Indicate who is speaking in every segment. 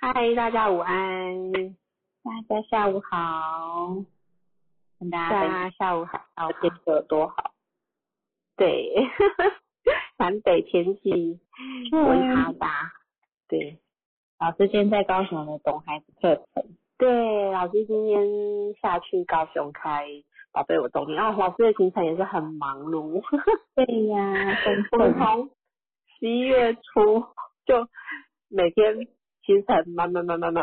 Speaker 1: 嗨，大家午安，
Speaker 2: 大家下午好，跟大家分享
Speaker 1: 下午好，
Speaker 2: 天气有多好。
Speaker 1: 对，南北天气温差大，对。
Speaker 2: 老师今天在高雄的懂孩子课程，
Speaker 1: 对，老师今天下去高雄开宝贝我懂你哦，老师的行程也是很忙碌。
Speaker 2: 对呀，
Speaker 1: 我们从11月初就每天行程满。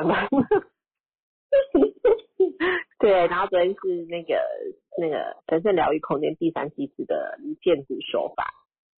Speaker 1: 对，然后昨天是那个神圣疗愈空间第3梯次的电子手法。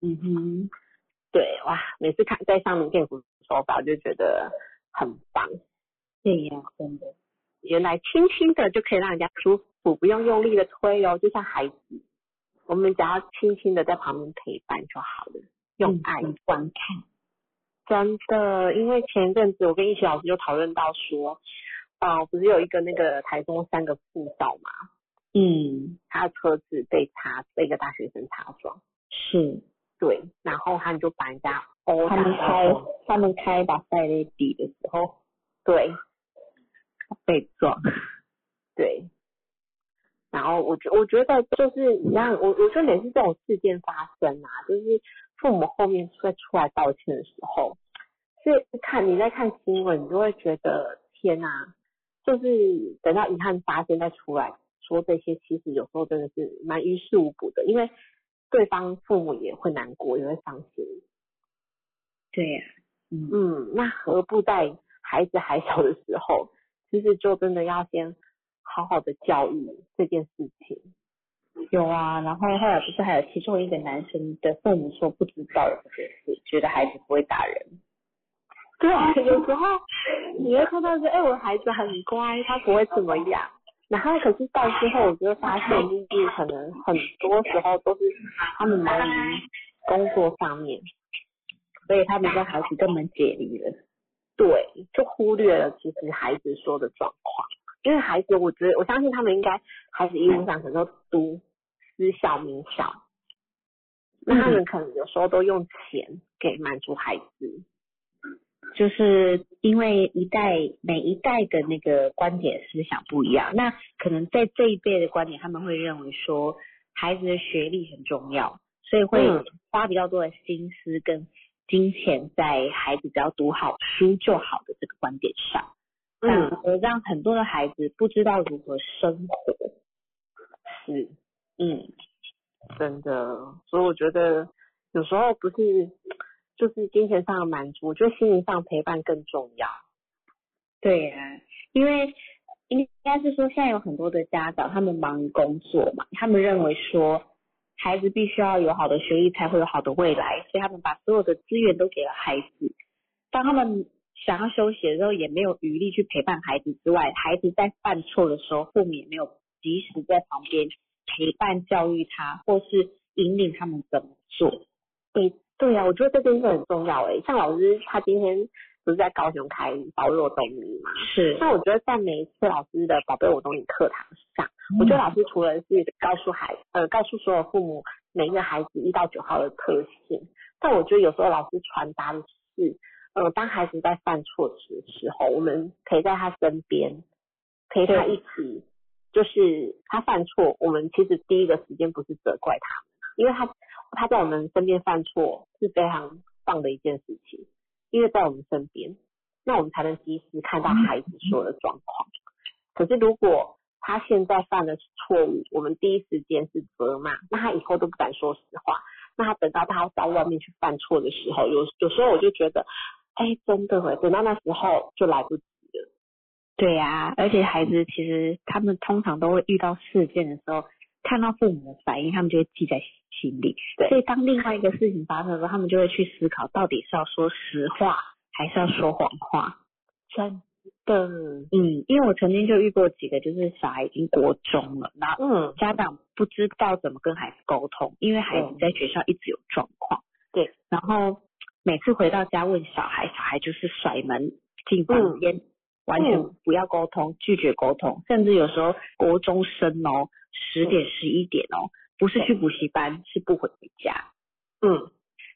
Speaker 1: 对，哇，每次看在上面电子手法就觉得很棒。
Speaker 2: 对呀，真的。
Speaker 1: 原来轻轻的就可以让人家舒服，不用用力的推哦，就像孩子，我们只要轻轻的在旁边陪伴就好了，用爱
Speaker 2: 观看。
Speaker 1: 真的，因为前一阵子我跟一奇老师就讨论到说，不是有一个那个台中3个妇道嘛，他的车子被一个大学生擦撞，
Speaker 2: 是，
Speaker 1: 对，然后他们就把人家
Speaker 2: 他们开把赛雷底的时候，
Speaker 1: 对，
Speaker 2: 被撞，
Speaker 1: 对，然后我觉得就是你让我觉得每次这种事件发生啊，就是父母后面会出来道歉的时候，是你在看新闻，你就会觉得天哪，就是等到遗憾发生再出来说这些，其实有时候真的是蛮于事无补的，因为对方父母也会难过，也会伤心。
Speaker 2: 对呀，
Speaker 1: 那何不在孩子还小的时候，其实就真的要先好好的教育这件事情。
Speaker 2: 有啊，然后后来不是还有其中一个男生的父母说不知道有这件事，觉得孩子不会打人。
Speaker 1: 对，有时候你会看到说，我的孩子很乖，他不会怎么样。然后可是到之后，我就会发现，就是可能很多时候都是他们忙于工作上面，
Speaker 2: 所以他们跟孩子根本解离了。
Speaker 1: 对，就忽略了其实孩子说的状况。因为孩子，我相信他们应该孩子一路上可能都读私校名校，那他们可能有时候都用钱给满足孩子。
Speaker 2: 就是因为每一代的那个观点思想不一样，那可能在这一辈的观点，他们会认为说孩子的学历很重要，所以会花比较多的心思跟金钱在孩子只要读好书就好的这个观点上，反而让很多的孩子不知道如何生活。
Speaker 1: 是，真的，所以我觉得有时候不是就是金钱上的满足，我觉得心灵上陪伴更重要。
Speaker 2: 对啊，因为应该是说现在有很多的家长他们忙于工作嘛，他们认为说孩子必须要有好的学历才会有好的未来，所以他们把所有的资源都给了孩子，当他们想要休息的时候也没有余力去陪伴孩子之外，孩子在犯错的时候父母也没有及时在旁边陪伴教育他或是引领他们怎么做。
Speaker 1: 对啊，我觉得这件事很重要像老师他今天不是在高雄开宝贝我懂你嘛，
Speaker 2: 是，
Speaker 1: 那我觉得在每一次老师的宝贝我懂你课堂上，我觉得老师除了是告诉所有父母每一个孩子1到9号的特性，但我觉得有时候老师传达的是当孩子在犯错的时候，我们可以在他身边陪他一起，就是他犯错，我们其实第一个时间不是责怪他，因为他在我们身边犯错是非常棒的一件事情，因为在我们身边，那我们才能及时看到孩子说的状况。可是如果他现在犯的错误，我们第一时间是责骂，那他以后都不敢说实话，那他等到他到外面去犯错的时候，有时候我就觉得真的等到那时候就来不及了。
Speaker 2: 对啊，而且孩子其实他们通常都会遇到事件的时候，看到父母的反应，他们就会记在心里。所以当另外一个事情发生的时候，他们就会去思考，到底是要说实话还是要说谎话。
Speaker 1: 真的，
Speaker 2: 因为我曾经就遇过几个，就是小孩已经国中了，那家长不知道怎么跟孩子沟通，因为孩子在学校一直有状况。
Speaker 1: 对，
Speaker 2: 然后每次回到家问小孩，小孩就是甩门进房间。完全不要沟通，拒绝沟通，甚至有时候国中生10点11点不是去补习班，是不回家。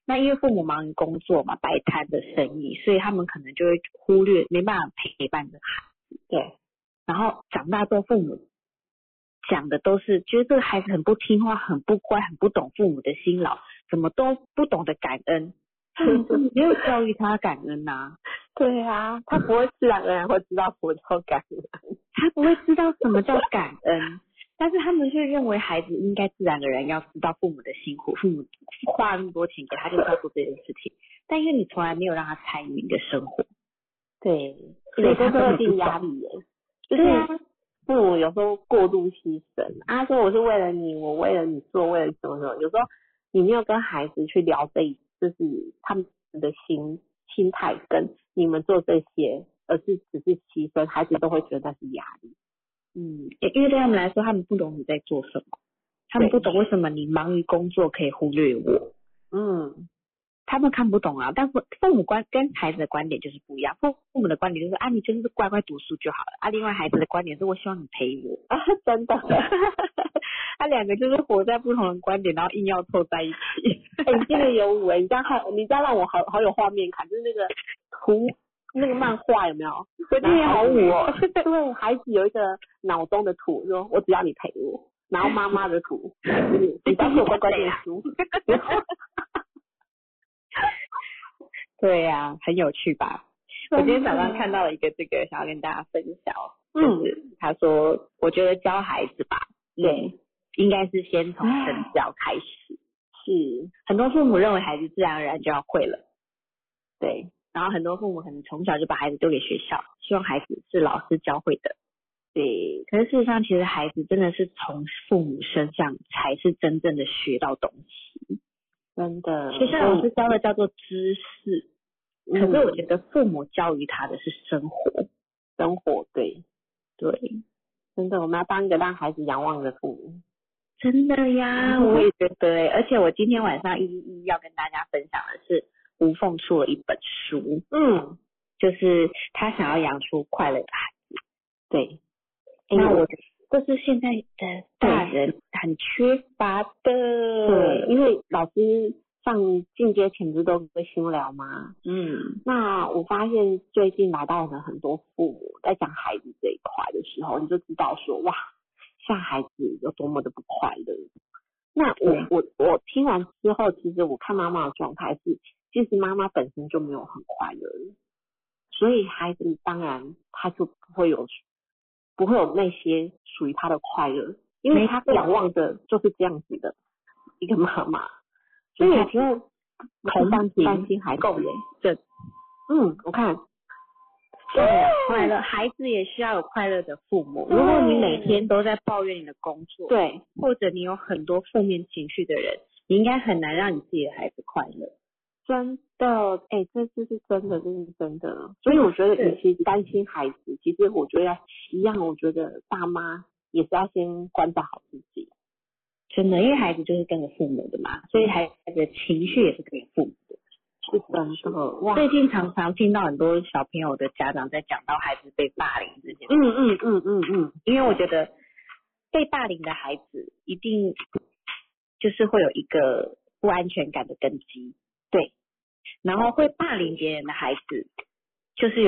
Speaker 2: 那因为父母忙于工作嘛，摆摊的生意，所以他们可能就会忽略，没办法陪伴着孩子。
Speaker 1: 对，
Speaker 2: 然后长大之后，父母讲的都是觉得这个孩子很不听话、很不乖、很不懂父母的辛劳，怎么都不懂得感恩。没有教育他感恩呐、
Speaker 1: 对啊，他不会自然而然会知道什么叫感恩，
Speaker 2: 他不会知道什么叫感恩，但是他们却认为孩子应该自然而然要知道父母的辛苦，父母花那么多钱给他就是要做这件事情，但因为你从来没有让他参与你的生活，
Speaker 1: 对，所以都会定压力耶，就是父母有时候过度牺牲，啊，说我是为了你，我为了你做，为了什么什么，有时候你没有跟孩子去聊就是他们的心态跟你们做这些，而是只是牺牲，孩子都会觉得那是压力。
Speaker 2: 因为对他们来说，他们不懂你在做什么，他们不懂为什么你忙于工作可以忽略我。他们看不懂啊，但父母跟孩子的观点就是不一样。父母的观点就是啊，你就是乖乖读书就好了啊。另外孩子的观点是我希望你陪我
Speaker 1: 啊，真的，
Speaker 2: 他两个就是活在不同的观点，然后硬要凑在一起。
Speaker 1: 你这个有舞你这样让我好有画面感，就是那个那个漫画有没有？
Speaker 2: 我今天好舞哦。
Speaker 1: 对，孩子有一个脑中的图，说我只要你陪我，然后妈妈的图，你只要给我乖乖念书。
Speaker 2: 对呀、很有趣吧？我今天早上看到了一个这个，想要跟大家分享，就是他说，我觉得教孩子吧，对，应该是先从身教开始。是，很多父母认为孩子自然而然就要会了，对，然后很多父母可能从小就把孩子丢给学校，希望孩子是老师教会的。对，可是事实上，其实孩子真的是从父母身上才是真正的学到东西。真的，学校老师教的叫做知识，可是我觉得父母教育他的是生活，对，
Speaker 1: 真的，我们要当一个让孩子仰望的父母。
Speaker 2: 真的呀，我也觉得而且我今天晚上要跟大家分享的是吴凤出了一本书，就是他想要养出快乐的孩子。对，那我这是现在的大人很缺乏的。
Speaker 1: 对，因为老师上进阶前不是都会心聊吗？那我发现最近来到了很多父母在讲孩子这一块的时候，你就知道说哇，像孩子有多么的不快乐。那我听完之后，其实我看妈妈的状态是，其实妈妈本身就没有很快乐，所以孩子当然他就不会有那些属于他的快乐，因为他仰望的就是这样子的一个妈妈，所以我觉得担心孩子够
Speaker 2: 对，
Speaker 1: 我看
Speaker 2: 快乐，孩子也需要有快乐的父母。如果你每天都在抱怨你的工作，对，或者你有很多负面情绪的人，你应该很难让你自己的孩子快乐。
Speaker 1: 真的，这是真的，这是真的。所以我觉得，与其担心孩子，其实我觉得一样，我觉得爸妈也是要先关照好自己。
Speaker 2: 真的，因为孩子就是跟着父母的嘛，所以孩子的情绪也是跟着父母的。
Speaker 1: 是真的，哇！
Speaker 2: 最近常常听到很多小朋友的家长在讲到孩子被霸凌这件事。因为我觉得被霸凌的孩子一定就是会有一个不安全感的根基，对。然后会霸凌别人的孩子，就是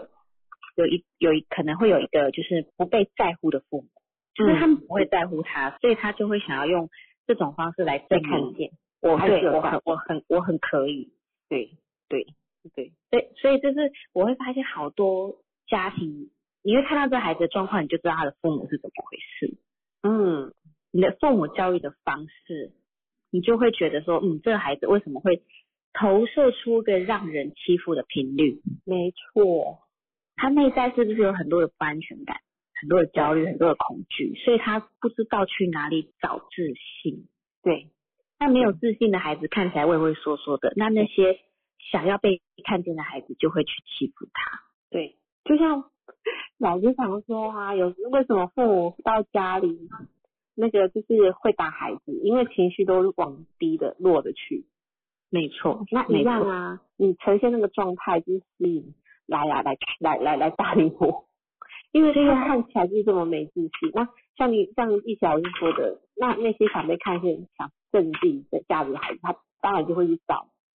Speaker 2: 可能会有一个就是不被在乎的父母，就是他们不会在乎他，所以他就会想要用这种方式来证明我很可以。对，所以就是我会发现好多家庭，你会看到这孩子的状况，你就知道他的父母是怎么回事。你的父母教育的方式，你就会觉得说，这个孩子为什么会投射出个让人欺负的频率？没错，他内在是不是有很多的不安全感，很多的焦虑，很多的恐惧，所以他不知道去哪里找自信。对。那没有自信的孩子看起来畏畏缩缩的，那些想要被看见的孩子就会去欺负他。对，
Speaker 1: 就像老师常说啊，为什么父母到家里那个就是会打孩子，因为情绪都往低的弱的去。
Speaker 2: 没错，
Speaker 1: 那一样啊，你呈现那个状态就是吸引来霸凌我，因为他看起来就是这么没自信。那像一起老师说的，那些想被看见、想证自己的价值的孩子，他当然就会去找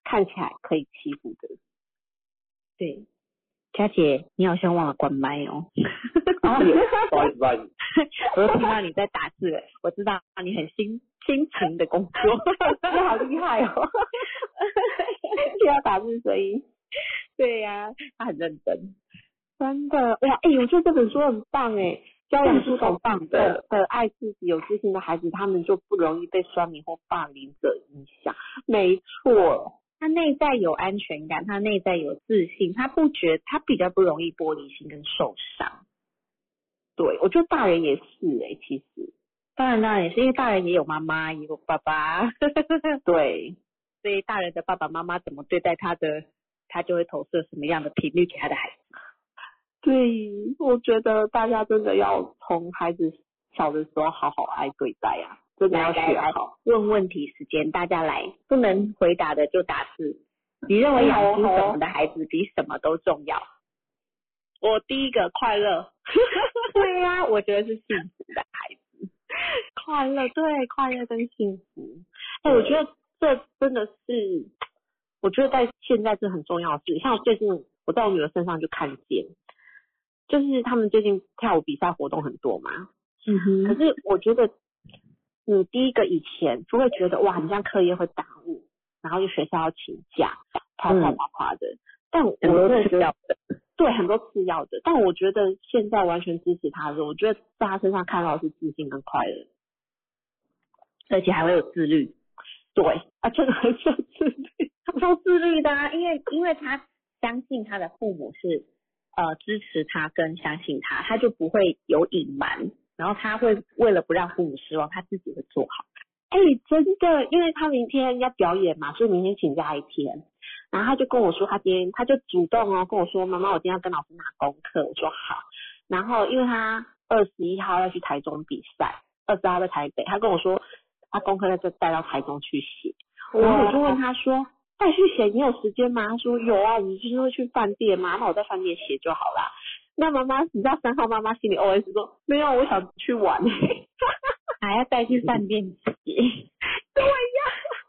Speaker 1: 看起来可以欺负的。
Speaker 2: 对，佳姐，你好像忘了关麦哦。
Speaker 3: 不好意思，不好意思。
Speaker 2: 我都听到你在打字了，我知道你很辛勤的工作，
Speaker 1: 你好厉害哦！听到打字声音。
Speaker 2: 对呀、他很认真，
Speaker 1: 真的哇！我觉得这本书很棒教养出很棒的爱自己、有自信的孩子，他们就不容易被酸民或霸凌者影响。没错，
Speaker 2: 他内在有安全感，他内在有自信，他比较不容易玻璃心跟受伤。
Speaker 1: 对，我觉得大人也是其实
Speaker 2: 当然也是因为大人也有妈妈，也有爸爸，
Speaker 1: 对，
Speaker 2: 所以大人的爸爸妈妈怎么对待他的，他就会投射什么样的频率给他的孩子。
Speaker 1: 对，我觉得大家真的要从孩子小的时候好好爱对待啊，真的要学好。
Speaker 2: 问问题时间，大家来，不能回答的就打字。你认为养出什么的孩子比什么都重要？
Speaker 1: 我第一个快乐。
Speaker 2: 对呀、我觉得是幸福的孩子。
Speaker 1: 快乐，对，快乐跟幸福。我觉得这真的是，我觉得在现在是很重要的事。像最近我在我女儿身上就看见，就是他们最近跳舞比赛活动很多嘛。可是我觉得你第一个以前就会觉得哇，你这样课业会耽误，然后就学校要请假，啪的。但我真的觉得，对，很多次要的。但我觉得现在完全支持他的，我觉得在他身上看到的是自信跟快乐，
Speaker 2: 而且还会有自律。
Speaker 1: 对啊，真的很有自律，
Speaker 2: 超自律的啊，因为他相信他的父母是支持他跟相信他，他就不会有隐瞒，然后他会为了不让父母失望，他自己会做好。
Speaker 1: 真的，因为他明天要表演嘛，所以明天请假一天。然后他就跟我说，他就主动跟我说，妈妈，我今天要跟老师拿功课。我说好。然后因为他21号要去台中比赛，20号在台北，他跟我说他功课就带到台中去写。然后我就问他说，带去写你有时间吗？他说有啊，你就是会去饭店嘛，那我在饭店写就好啦。那妈妈，你知道3号妈妈心里 OS 说，没有，我想去玩。
Speaker 2: 还要带去饭店写。
Speaker 1: 对呀。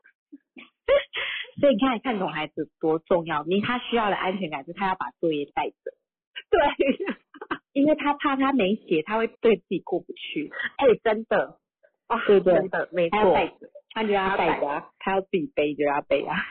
Speaker 2: 所以你看懂孩子多重要，他需要的安全感是他要把作业带着。
Speaker 1: 对，
Speaker 2: 因为他怕他没写，他会对自己过不去。
Speaker 1: 真的，
Speaker 2: 对不对？
Speaker 1: 真的，没错，
Speaker 2: 他要带着，他就要带着啊，他要自己背就要背啊。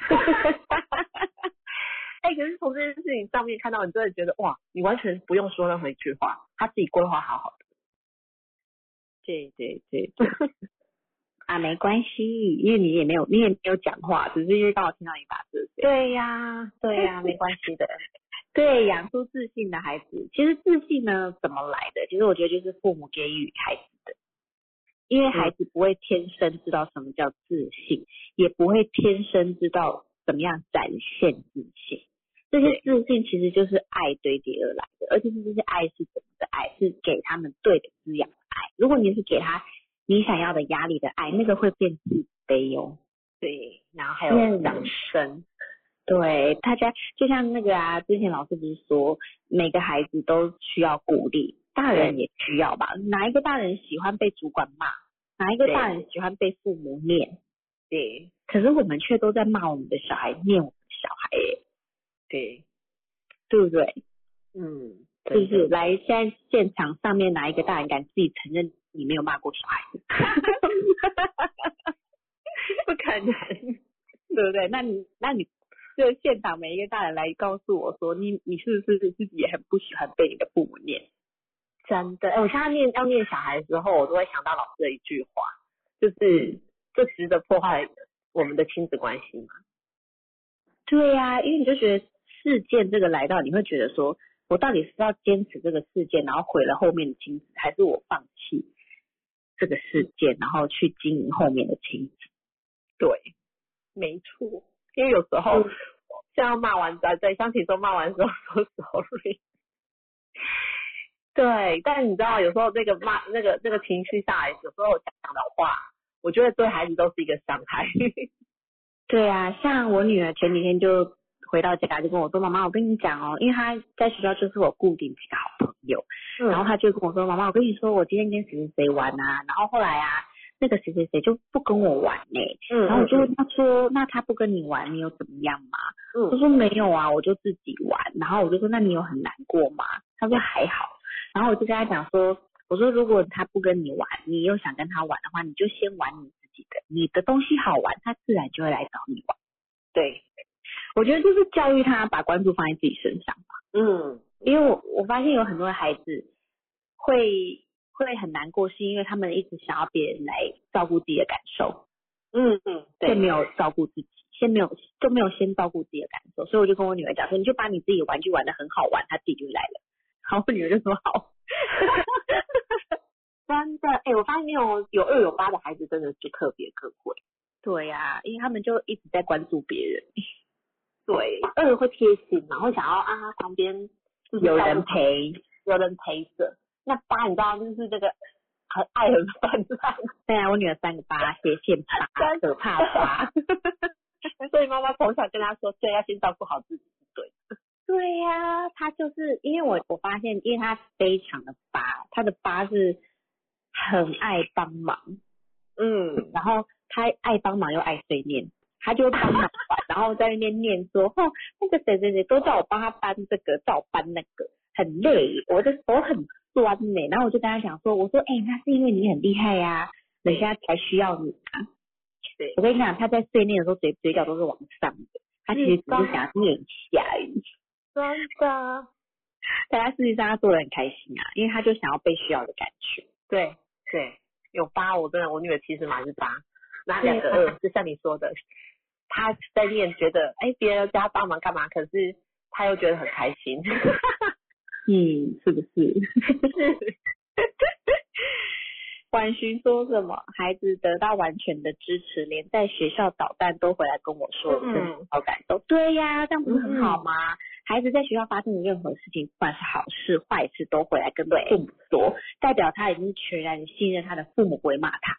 Speaker 1: 可是从这件事情上面看到，你真的觉得哇，你完全不用说任何一句话，他自己规划好好的。
Speaker 2: 对。啊，没关系，因为你也没有讲话，只是因为刚好听到你打字。
Speaker 1: 对呀，没关系的。
Speaker 2: 对，养出自信的孩子，其实自信呢怎么来的？其实我觉得就是父母给予孩子的，因为孩子不会天生知道什么叫自信，也不会天生知道怎么样展现自信。这些自信其实就是爱堆叠而来的，而且这些爱是怎么的爱？是给他们对的滋养的爱。如果你是给他你想要的压力的爱，那个会变自卑哦。
Speaker 1: 对，然后还有掌声。
Speaker 2: 对，大家就像那个之前老师不是说每个孩子都需要鼓励，大人也需要吧？哪一个大人喜欢被主管骂？哪一个大人喜欢被父母念？
Speaker 1: 对，
Speaker 2: 可是我们却都在骂我们的小孩，念我们的小孩对不对？是不是？来，现在现场上面哪一个大人敢自己承认你没有骂过小孩子？
Speaker 1: 不可能，
Speaker 2: 对不对？那你就现场每一个大人来告诉我说，你是不是自己也很不喜欢被你的父母念？
Speaker 1: 真的，我现在要念小孩的时候，我都会想到老师的一句话，就是这值得破坏我们的亲子关系吗？
Speaker 2: 对呀，因为你就觉得事件这个来到，你会觉得说，我到底是要坚持这个事件，然后毁了后面的亲子，还是我放弃这个事件，然后去经营后面的亲子？
Speaker 1: 对，没错。因为有时候像骂完在相亲中骂完之后说 sorry， 对，但你知道有时候那个情绪下来，有时候讲的话，我觉得对孩子都是一个伤害。
Speaker 2: 对啊，像我女儿前几天就回到家就跟我说，妈妈，我跟你讲哦，因为她在学校就是我固定几个好朋友，然后她就跟我说，妈妈，我跟你说，我今天跟谁玩啊，然后后来那个谁谁谁就不跟我玩欸。然后我就问他说，那他不跟你玩，你有怎么样吗？他说没有啊，我就自己玩。然后我就说，那你有很难过吗？他说还好。然后我就跟他讲说，我说如果他不跟你玩，你又想跟他玩的话，你就先玩你自己的，你的东西好玩，他自然就会来找你玩。
Speaker 1: 对，
Speaker 2: 我觉得就是教育他把关注放在自己身上吧。因为我发现有很多的孩子会很难过，是因为他们一直想要别人来照顾自己的感受。对，却没有照顾自己，没有先照顾自己的感受，所以我就跟我女儿讲说，你就把你自己的玩具玩得很好玩，她自己就来了。然后我女儿就说好。
Speaker 1: 真的，我发现有2有8的孩子真的是特别可贵。
Speaker 2: 对呀，因为他们就一直在关注别人。
Speaker 1: 对，2会贴心嘛，会想要他旁边
Speaker 2: 有人陪
Speaker 1: 着。那8你知道就是这个很爱很泛滥。
Speaker 2: 对啊，我女儿3个8，斜线8，可怕8。
Speaker 1: 所以妈妈从小跟她说，对，要先照顾好自己，对。
Speaker 2: 对呀，她就是因为我发现，因为她非常的8，她的8是很爱帮忙。然后她爱帮忙又爱碎念，她就会帮忙玩，然后在那边念说，那个谁谁谁都叫我帮他搬这个，叫我搬那个，很累，我的手很酸呢。然后我就跟他讲说，我说那是因为你很厉害呀，人家才需要你啊。对，我跟你讲，他在碎念的时候嘴角都是往上的，他其实只是想要念一下而已。
Speaker 1: 真的，
Speaker 2: 但他实际上他做得很开心啊，因为他就想要被需要的感觉。
Speaker 1: 对，有8，我女儿其实蛮是8，那2个2就像你说的，他在念觉得别人家帮忙干嘛，可是他又觉得很开心。
Speaker 2: 是不是？是。婉寻说什么？孩子得到完全的支持，连在学校捣蛋都回来跟我说，真的好感动。对呀，这样不是很好吗？孩子在学校发生的任何事情，不管是好事坏事，都回来跟父母说，代表他已经全然信任他的父母不会骂他。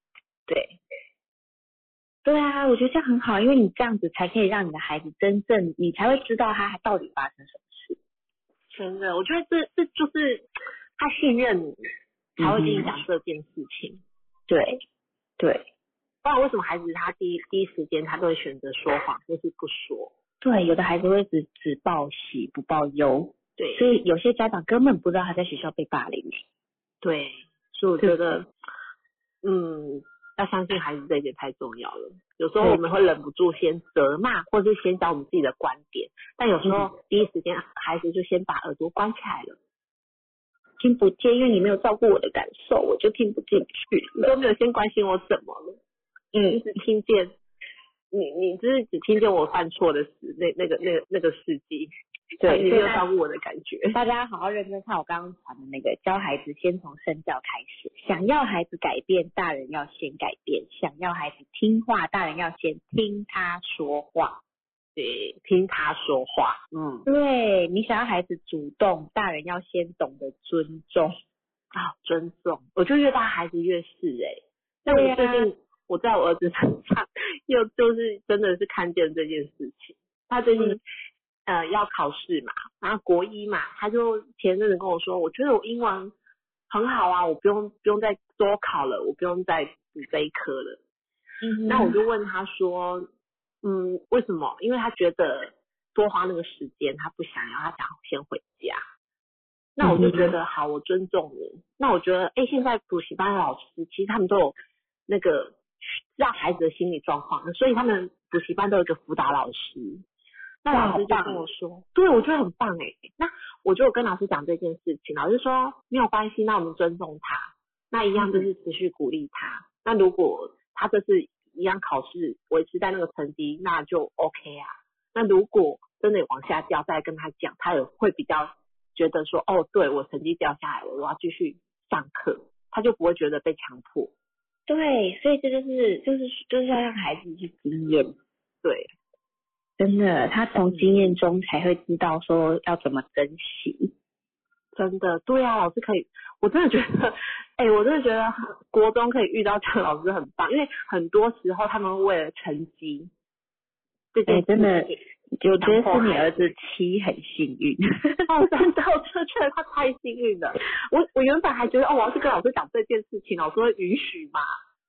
Speaker 2: 对啊，我觉得这样很好，因为你这样子才可以让你的孩子真正，你才会知道他到底发生什么事。
Speaker 1: 真的，我觉得这就是他信任你，才会跟你讲这件事情。对，不然为什么孩子他第一时间他都会选择说谎或是不说？
Speaker 2: 对，有的孩子会只报喜不报忧。对，所以有些家长根本不知道他在学校被霸凌。
Speaker 1: 对，所以我觉得要相信孩子这一点太重要了。有时候我们会忍不住先责骂，或是先讲我们自己的观点，但有时候第一时间孩子就先把耳朵关起来了，
Speaker 2: 听不见，因为你没有照顾我的感受，我就听不进去，
Speaker 1: 你都没有先关心我怎么了。你只听见你只听见我犯错的事，那个事迹。对，你没有照顾我的感觉。
Speaker 2: 大家好好认真看我刚刚传的那个，教孩子先从身教开始。想要孩子改变，大人要先改变；想要孩子听话，大人要先听他说话。
Speaker 1: 对，听他说话。
Speaker 2: 对，你想要孩子主动，大人要先懂得尊重。
Speaker 1: 尊重，我就越大孩子越是像我最近我在我儿子身上又就是真的是看见这件事情。他最近要考试嘛，然后国1嘛，他就前阵子跟我说，我觉得我英文很好啊，我不用再多考了，我不用再补这一科了。那我就问他说，为什么？因为他觉得多花那个时间，他不想要，他想先回家。那我就觉得好，我尊重你。那我觉得，现在补习班的老师其实他们都有那个知道孩子的心理状况，所以他们补习班都有一个辅导老师。那老师就跟我说，对，我觉得很棒那我就跟老师讲这件事情，老师说没有关系，那我们尊重他，那一样就是持续鼓励他。那如果他这次一样考试维持在那个成绩，那就 OK 啊。那如果真的往下掉，再跟他讲，他也会比较觉得说，对，我成绩掉下来了，我要继续上课，他就不会觉得被强迫。
Speaker 2: 对，所以这就是要让孩子去经验。
Speaker 1: 对，
Speaker 2: 真的，他从经验中才会知道说要怎么珍惜。
Speaker 1: 真的，对啊，老师可以，我真的觉得，我真的觉得国中可以遇到这个老师很棒，因为很多时候他们为了成绩，
Speaker 2: 真的，我觉得是你儿子7很幸运。
Speaker 1: 真的，我就觉得他太幸运了。我原本还觉得，我要是跟老师讲这件事情，老师会允许嘛？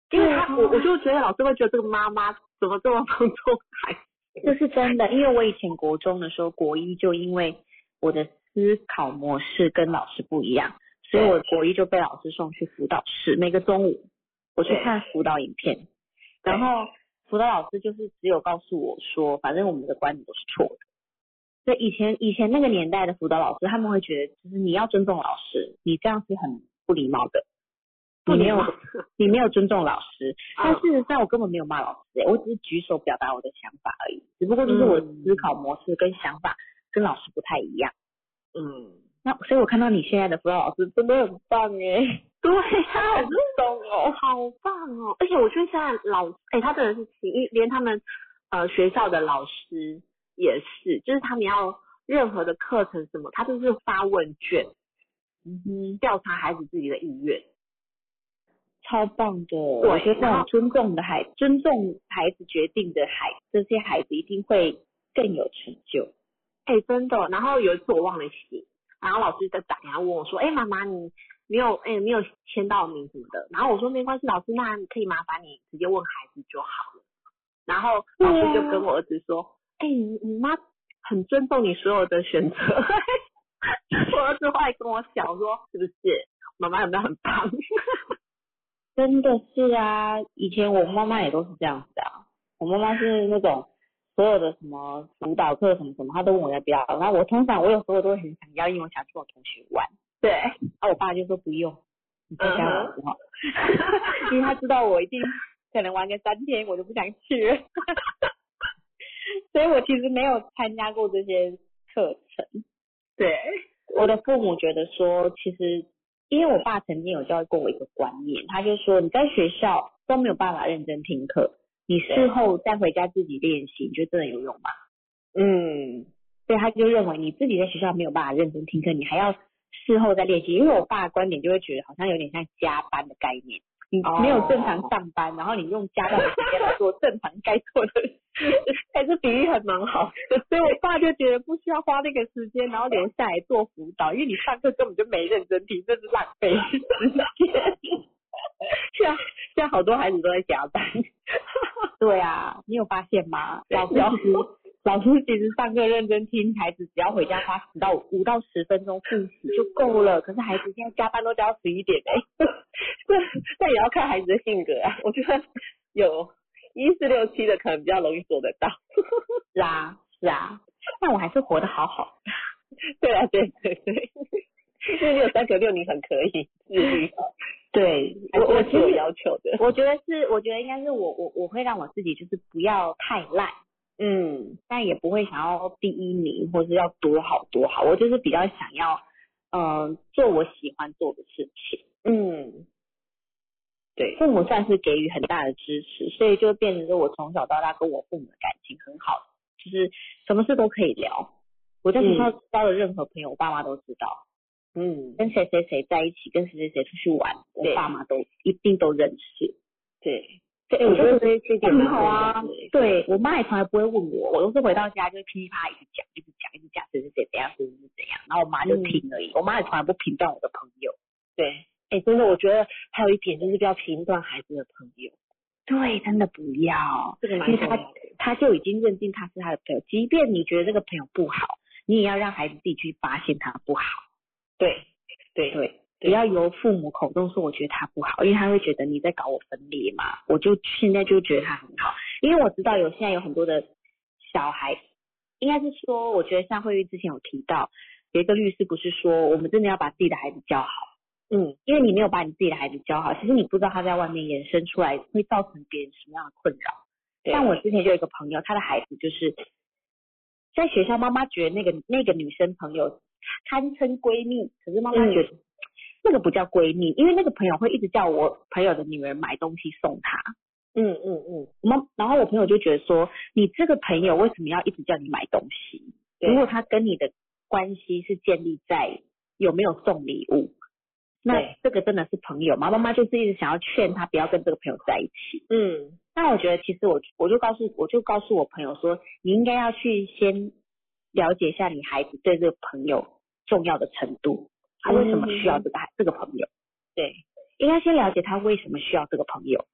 Speaker 1: 因为我就觉得老师会觉得这个妈妈怎么这么放纵孩子。
Speaker 2: 这是真的，因为我以前国中的时候，国一就因为我的思考模式跟老师不一样，所以我国一就被老师送去辅导室，每个中午我去看辅导影片，然后辅导老师就是只有告诉我说，反正我们的观点都是错的。所以以前那个年代的辅导老师，他们会觉得就是你要尊重老师，你这样是很不礼貌的。你没有尊重老师，但事实上我根本没有骂老师，我只是举手表达我的想法而已，只不过就是我的思考模式跟想法跟老师不太一样。那所以我看到你现在的辅导老师真的很棒耶。
Speaker 1: 对，他好懂哦，好棒哦！而且我觉得现在他真的是连他们学校的老师也是，就是他们要任何的课程什么，他都是发问卷，调查孩子自己的意愿。
Speaker 2: 超棒的，我觉得这种尊重孩子决定的这些孩子一定会更有成就。
Speaker 1: 真的。然后有一次我忘了写，然后老师在打电话问我说，妈妈你没有签到名什么的，然后我说没关系，老师那你可以麻烦你直接问孩子就好了。然后老师就跟我儿子说，你妈很尊重你所有的选择。我儿子后来跟我讲说，是不是妈妈有没有很棒？
Speaker 2: 真的是啊，以前我妈妈也都是这样子啊。我妈妈是那种所有的什么辅导课什么什么，她都问我要不要。然后我有时候都会很想要，因为我想跟我同学玩。
Speaker 1: 对，
Speaker 2: 我爸就说不用，你在家玩就好。因为他知道我一定可能玩个3天，我就不想去了。所以我其实没有参加过这些课程。
Speaker 1: 对，
Speaker 2: 我的父母觉得说，其实因为我爸曾经有教育过我一个观念，他就说你在学校都没有办法认真听课，你事后再回家自己练习，你觉得真的有用吗？所以他就认为你自己在学校没有办法认真听课，你还要事后再练习。因为我爸的观点就会觉得好像有点像加班的概念，你没有正常上班，然后你用加班的时间来做正常该做的事，这比喻还蛮好的。所以我爸就觉得不需要花那个时间，然后留下来做辅导，因为你上课根本就没认真听，这是浪费时间。现在好多孩子都在加班。对啊，你有发现吗？老师其实上课认真听，孩子只要回家花5到10分钟复习就够了。可是孩子现在加班都加到11点
Speaker 1: 这也要看孩子的性格啊。我觉得有1、4、6、7的可能比较容易做得到。
Speaker 2: 是啊，但我还是活得好好。
Speaker 1: 对，因为你有3个6，你很可以自律。
Speaker 2: 对，
Speaker 1: 我是有要求的。
Speaker 2: 我觉得应该是我会让我自己就是不要太烂，但也不会想要第1名或是要多好，我就是比较想要做我喜欢做的事情。对，父母算是给予很大的支持，所以就变成说我从小到大跟我父母的感情很好，就是什么事都可以聊。我在学校交的任何朋友，我爸妈都知道。跟谁在一起，跟谁出去玩，我爸妈都一定都认识。对，我觉得这点很好啊。对，我妈也从来不会问我都是回到家就噼里啪啦一直讲谁怎样，然后我妈就听而已。我妈也从来不评断我的朋友。
Speaker 1: 对，真的，我觉得还有一点就是不要评断孩子的朋友。
Speaker 2: 对，真的不要，
Speaker 1: 这个蛮重要的。
Speaker 2: 他就已经认定他是他的朋友，即便你觉得这个朋友不好，你也要让孩子自己去发现他不好。对，不要由父母口中说我觉得他不好，因为他会觉得你在搞我分裂嘛。我就现在就觉得他很好，因为我知道现在有很多的小孩，应该是说，我觉得像慧玉之前有提到，有一个律师不是说我们真的要把自己的孩子教好。因为你没有把你自己的孩子教好，其实你不知道他在外面衍生出来会造成别人什么样的困扰。像我之前就有一个朋友，他的孩子就是在学校，妈妈觉得那个女生朋友堪称闺蜜，可是妈妈觉得那个不叫闺蜜，因为那个朋友会一直叫我朋友的女儿买东西送她。然后我朋友就觉得说，你这个朋友为什么要一直叫你买东西？如果他跟你的关系是建立在有没有送礼物，那这个真的是朋友吗？妈妈就是一直想要劝他不要跟这个朋友在一起。那我觉得其实我就告诉我朋友说，你应该要去先了解一下你孩子对这个朋友重要的程度，他为什么需要这个朋友。对，应该先了解他为什么需要这个朋友，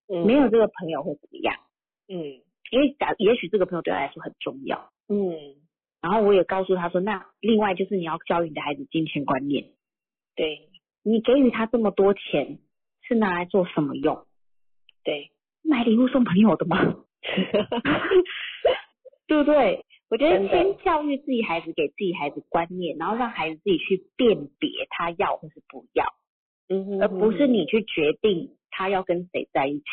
Speaker 2: 没有这个朋友会怎么样？
Speaker 1: 嗯
Speaker 2: 因为也许这个朋友对他来说很重要。
Speaker 1: 嗯，
Speaker 2: 然后我也告诉他说，那另外就是你要教育你的孩子金钱观念。
Speaker 1: 对
Speaker 2: 你给予他这么多钱是拿来做什么用？
Speaker 1: 对，
Speaker 2: 买礼物送朋友的吗？对不对？我觉得先教育自己孩子，给自己孩子观念，然后让孩子自己去辨别他要或是不要，而不是你去决定他要跟谁在一起。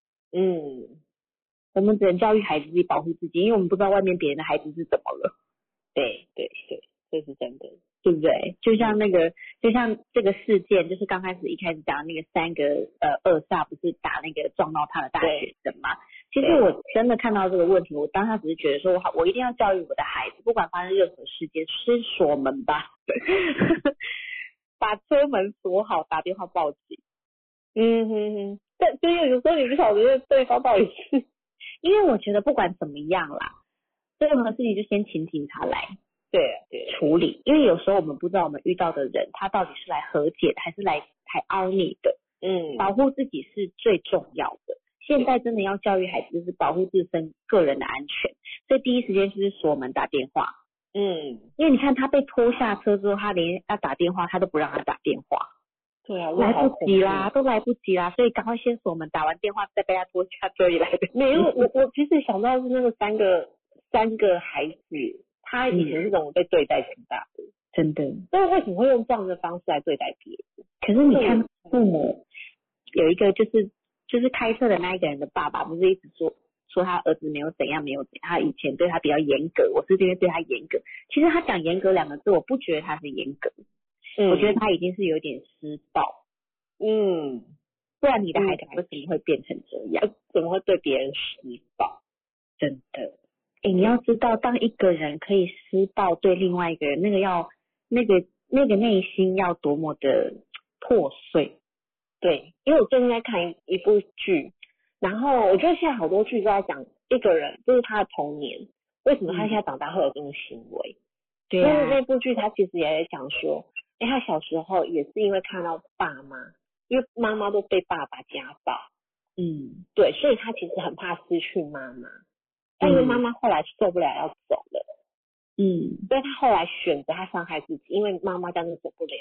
Speaker 2: 我们只能教育孩子自己保护自己，因为我们不知道外面别人的孩子是怎么了。
Speaker 1: 对对对，这是真的，
Speaker 2: 对不对？就像这个事件，就是刚开始一开始讲那个3个恶煞不是打那个撞到他的大学生嘛？其实我真的看到这个问题，我当下只是觉得说，我一定要教育我的孩子，不管发生任何事件，先锁门吧，把车门锁好，打电话报警。
Speaker 1: 但所以有时候你不晓得对方到底是，
Speaker 2: 因为我觉得不管怎么样啦，任何事情就先请警察来。
Speaker 1: 对
Speaker 2: 处理，因为有时候我们不知道我们遇到的人他到底是来和解的还是来凹你的。保护自己是最重要的。现在真的要教育孩子就是保护自身个人的安全，所以第一时间就是锁门打电话。因为你看他被拖下车之后，他连要打电话他都不让他打电话。
Speaker 1: 对啊，
Speaker 2: 来不及啦，都来不及啦，所以赶快先锁门，打完电话再被他拖下车里来的。
Speaker 1: 没有，我其实想到是那个三个孩子。他以前是怎么被对待长大的？
Speaker 2: 真的。
Speaker 1: 但是为什么会用这样的方式来对待别人？
Speaker 2: 可是你看父母有一个就是开车的那一个人的爸爸，不是一直说他儿子没有怎样，他以前对他比较严格，我是因为对他严格。其实他讲严格2个字，我不觉得他是严格，我觉得他已经是有点施暴。不然你的孩子为什么会变成这样？
Speaker 1: 怎么会对别人施暴？
Speaker 2: 真的。你要知道，当一个人可以施暴对另外一个人，那个内心要多么的破碎。
Speaker 1: 对，因为我最近在看一部剧，然后我觉得现在好多剧都在讲一个人，就是他的童年，为什么他现在长大会有这种行为。
Speaker 2: 对啊。
Speaker 1: 那部剧他其实也讲说，他小时候也是因为看到爸妈，因为妈妈都被爸爸家暴。对，所以他其实很怕失去妈妈。但因为妈妈后来受不了要走了，所以他后来选择他伤害自己，因为妈妈这样子走不了。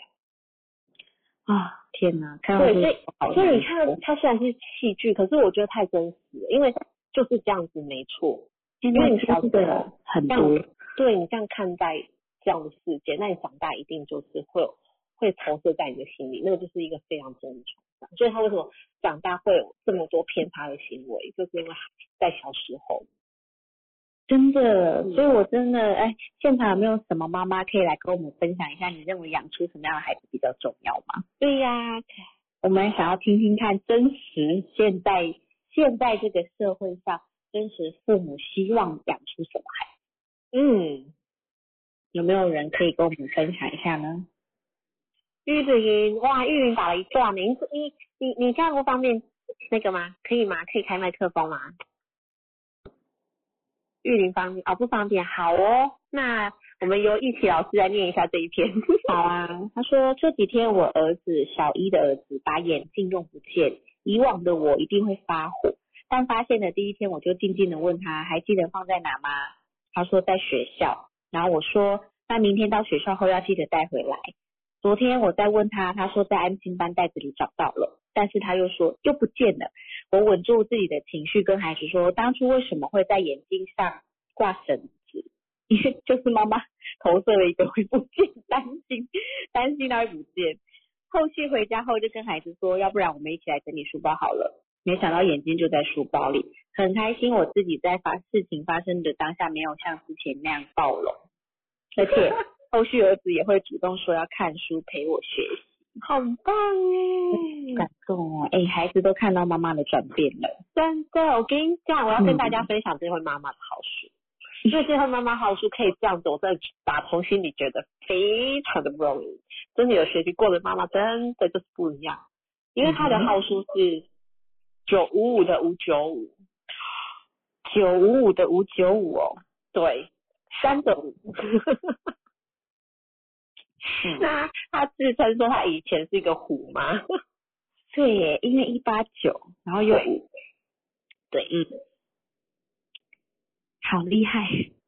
Speaker 2: 天哪！
Speaker 1: 对，所以你看，他虽然是戏剧，可是我觉得太真实了，因为就是这样子，没错。因为你小时候
Speaker 2: 很多，
Speaker 1: 对你这样看待这样的事件，那你长大一定就是会投射在你的心里，那个就是一个非常重的创伤。所以他为什么长大会有这么多偏差的行为，就是因为在小时候。
Speaker 2: 真的，所以我真的现场有没有什么妈妈可以来跟我们分享一下，你认为养出什么样的孩子比较重要吗？
Speaker 1: 对呀，
Speaker 2: 我们想要听听看真实现在这个社会上真实父母希望养出什么孩子。有没有人可以跟我们分享一下呢？
Speaker 1: 玉林打了一段，你这样不方便那个吗？可以吗？可以开麦克风吗？玉林方便不方便，好哦。那我们由一起老师来念一下这一篇。
Speaker 2: 好啊，他说这几天我儿子小1的儿子把眼镜用不见，以往的我一定会发火，但发现的第一天我就静静的问他还记得放在哪吗？他说在学校，然后我说那明天到学校后要记得带回来。昨天我再问他，他说在安亲班袋子里找到了，但是他又说又不见了。我稳住自己的情绪跟孩子说，当初为什么会在眼睛上挂绳子？因为就是妈妈投射了一个会不见，担心他会不见。后续回家后就跟孩子说，要不然我们一起来整理书包好了。没想到眼睛就在书包里，很开心我自己在事情发生的当下没有像之前那样暴龙，而且后续儿子也会主动说要看书陪我学习。
Speaker 1: 好棒耶，
Speaker 2: 感动哦！孩子都看到妈妈的转变了。
Speaker 1: 真的，我跟你讲，我要跟大家分享这位妈妈的好书。所以这位妈妈好书可以这样子，我真的打从心里觉得非常的不容易。真的有学习过的妈妈真的就是不一样，因为她的号数是955的595，955的595哦，对，3的5。那他自称说他以前是一个虎吗？
Speaker 2: 对耶，因为189，然后又5。
Speaker 1: 对，
Speaker 2: 好厉害，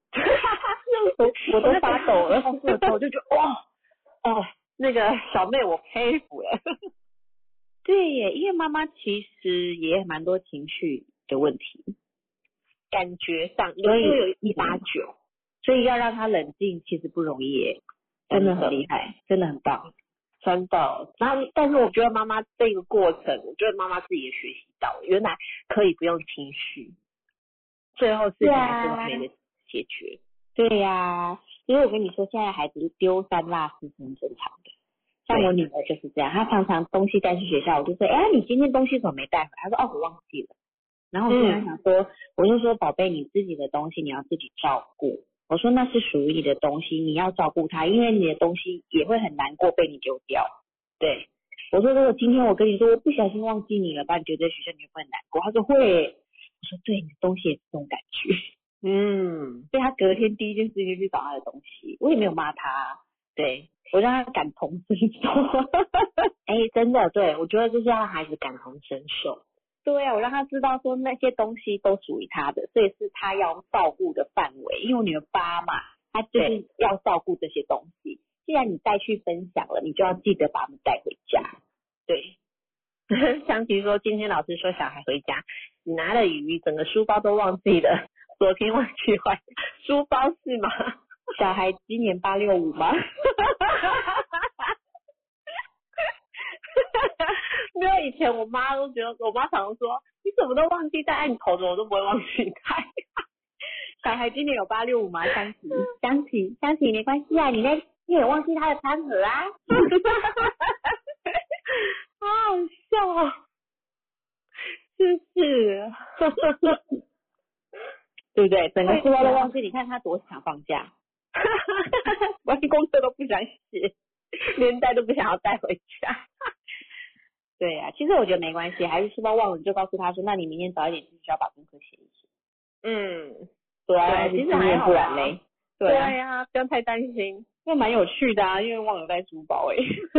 Speaker 1: 我都发抖了。上次的时候我就觉得哇，那个小妹我佩服了。
Speaker 2: 对耶，因为妈妈其实也蛮多情绪的问题，
Speaker 1: 感觉上
Speaker 2: 所以
Speaker 1: 有189，
Speaker 2: 所以要让她冷静其实不容易耶，真的很厉害，真的很棒，
Speaker 1: 真的。然后，但是我觉得妈妈这个过程，我觉得妈妈自己也学习到了，原来可以不用情绪，最后事情还是完美的解决。
Speaker 2: 对呀，因为我跟你说，现在孩子丢三落四是很正常的。像我女儿就是这样，她常常东西带去学校，我就说，你今天东西怎么没带回来？她说，我忘记了。然后我跟她想说，我就说，宝贝，你自己的东西你要自己照顾。我说那是属于你的东西，你要照顾它，因为你的东西也会很难过被你丢掉。
Speaker 1: 对，
Speaker 2: 我说如果今天我跟你说我不小心忘记你了，把你丢在学校，你会很难过。她说会。我说对，你的东西也是这种感觉。所以她隔天第一件事情就去找她的东西，我也没有骂她。
Speaker 1: 对。
Speaker 2: 我让他感同身受。
Speaker 1: 真的，对，我觉得就是让孩子感同身受。
Speaker 2: 对啊，我让他知道说那些东西都属于他的，所以是他要照顾的范围。因为我女儿8嘛，她就是要照顾这些东西。既然你带去分享了，你就要记得把他们带回家。
Speaker 1: 对。想起说今天老师说小孩回家，你拿了鱼，整个书包都忘记了，昨天忘记还书包是吗？
Speaker 2: 小孩今年865吗？
Speaker 1: 没有，以前我妈都觉得，我妈常常说你怎么都忘记带，你头着我都不会忘记带。
Speaker 2: 小孩今年有865吗？香琪没关系啊，你也忘记他的餐盒啊。
Speaker 1: 好好笑啊，就是
Speaker 2: 对不对？整个书包都忘记，你看他多想放假。
Speaker 1: 完功课都不想写，连带都不想要带回家。
Speaker 2: 对啊，其实我觉得没关系，还是书包忘了你就告诉他说，那你明天早一点去学校把功课写一写。对啊，
Speaker 1: 其实还好，
Speaker 2: 不然嘞。
Speaker 1: 对啊，不用太担心，
Speaker 2: 那蛮有趣的啊，因为忘了带书包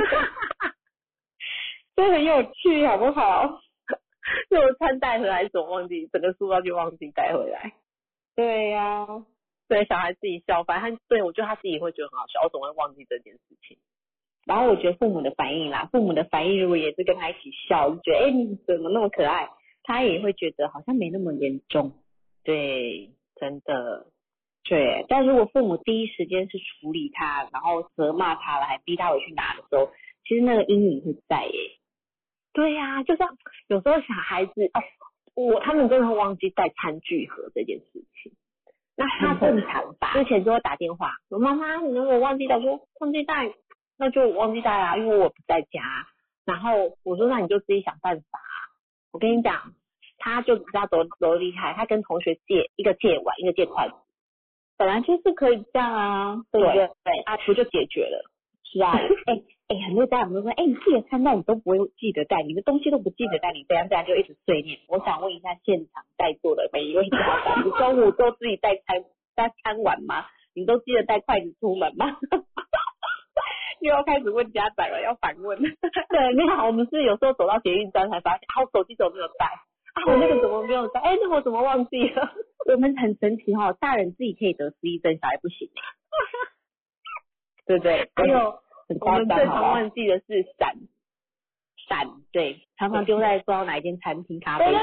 Speaker 2: 这很有趣，好不好？
Speaker 1: 就我餐带回来总忘记，整个书包就忘记带回来。
Speaker 2: 对呀，
Speaker 1: 对，小孩自己笑翻，对，我觉得他自己会觉得很好笑，我总会忘记这件事情。
Speaker 2: 然后我觉得父母的反应如果也是跟他一起笑，就觉得你怎么那么可爱，他也会觉得好像没那么严重。
Speaker 1: 对，真的。
Speaker 2: 对，但如果父母第一时间是处理他，然后责骂他了，还逼他回去拿的时候，其实那个阴影会在耶。
Speaker 1: 对呀，就像有时候小孩子他们真的会忘记带餐具盒这件事情，那他正常吧？之前就会打电话说妈妈，你如果忘记带，我说忘记带，那就忘记带啊，因为我不在家。然后我说那你就自己想办法。我跟你讲，他就知道多厉害，他跟同学一个借碗，一个借筷子，
Speaker 2: 本来就是可以这样啊，对不对？
Speaker 1: 对，不就解决了？
Speaker 2: 是啊，很多家长都说，你自己的餐袋你都不会记得带，你的东西都不记得带，你这样就一直碎念。我想问一下现场在座的每一位家长，你中午都自己带餐碗吗？你都记得带筷子出门吗？又要开始问家长了，要反问。
Speaker 1: 对，你好，我们是有时候走到捷运站才发现，我手机怎么没有带？我那个怎么没有带？那我怎么忘记了？
Speaker 2: 我们很神奇大人自己可以得失忆症，小孩不行。对不对？还有
Speaker 1: 我们最常忘记的是伞，
Speaker 2: 对，常常丢在不知道哪一间餐厅咖啡厅，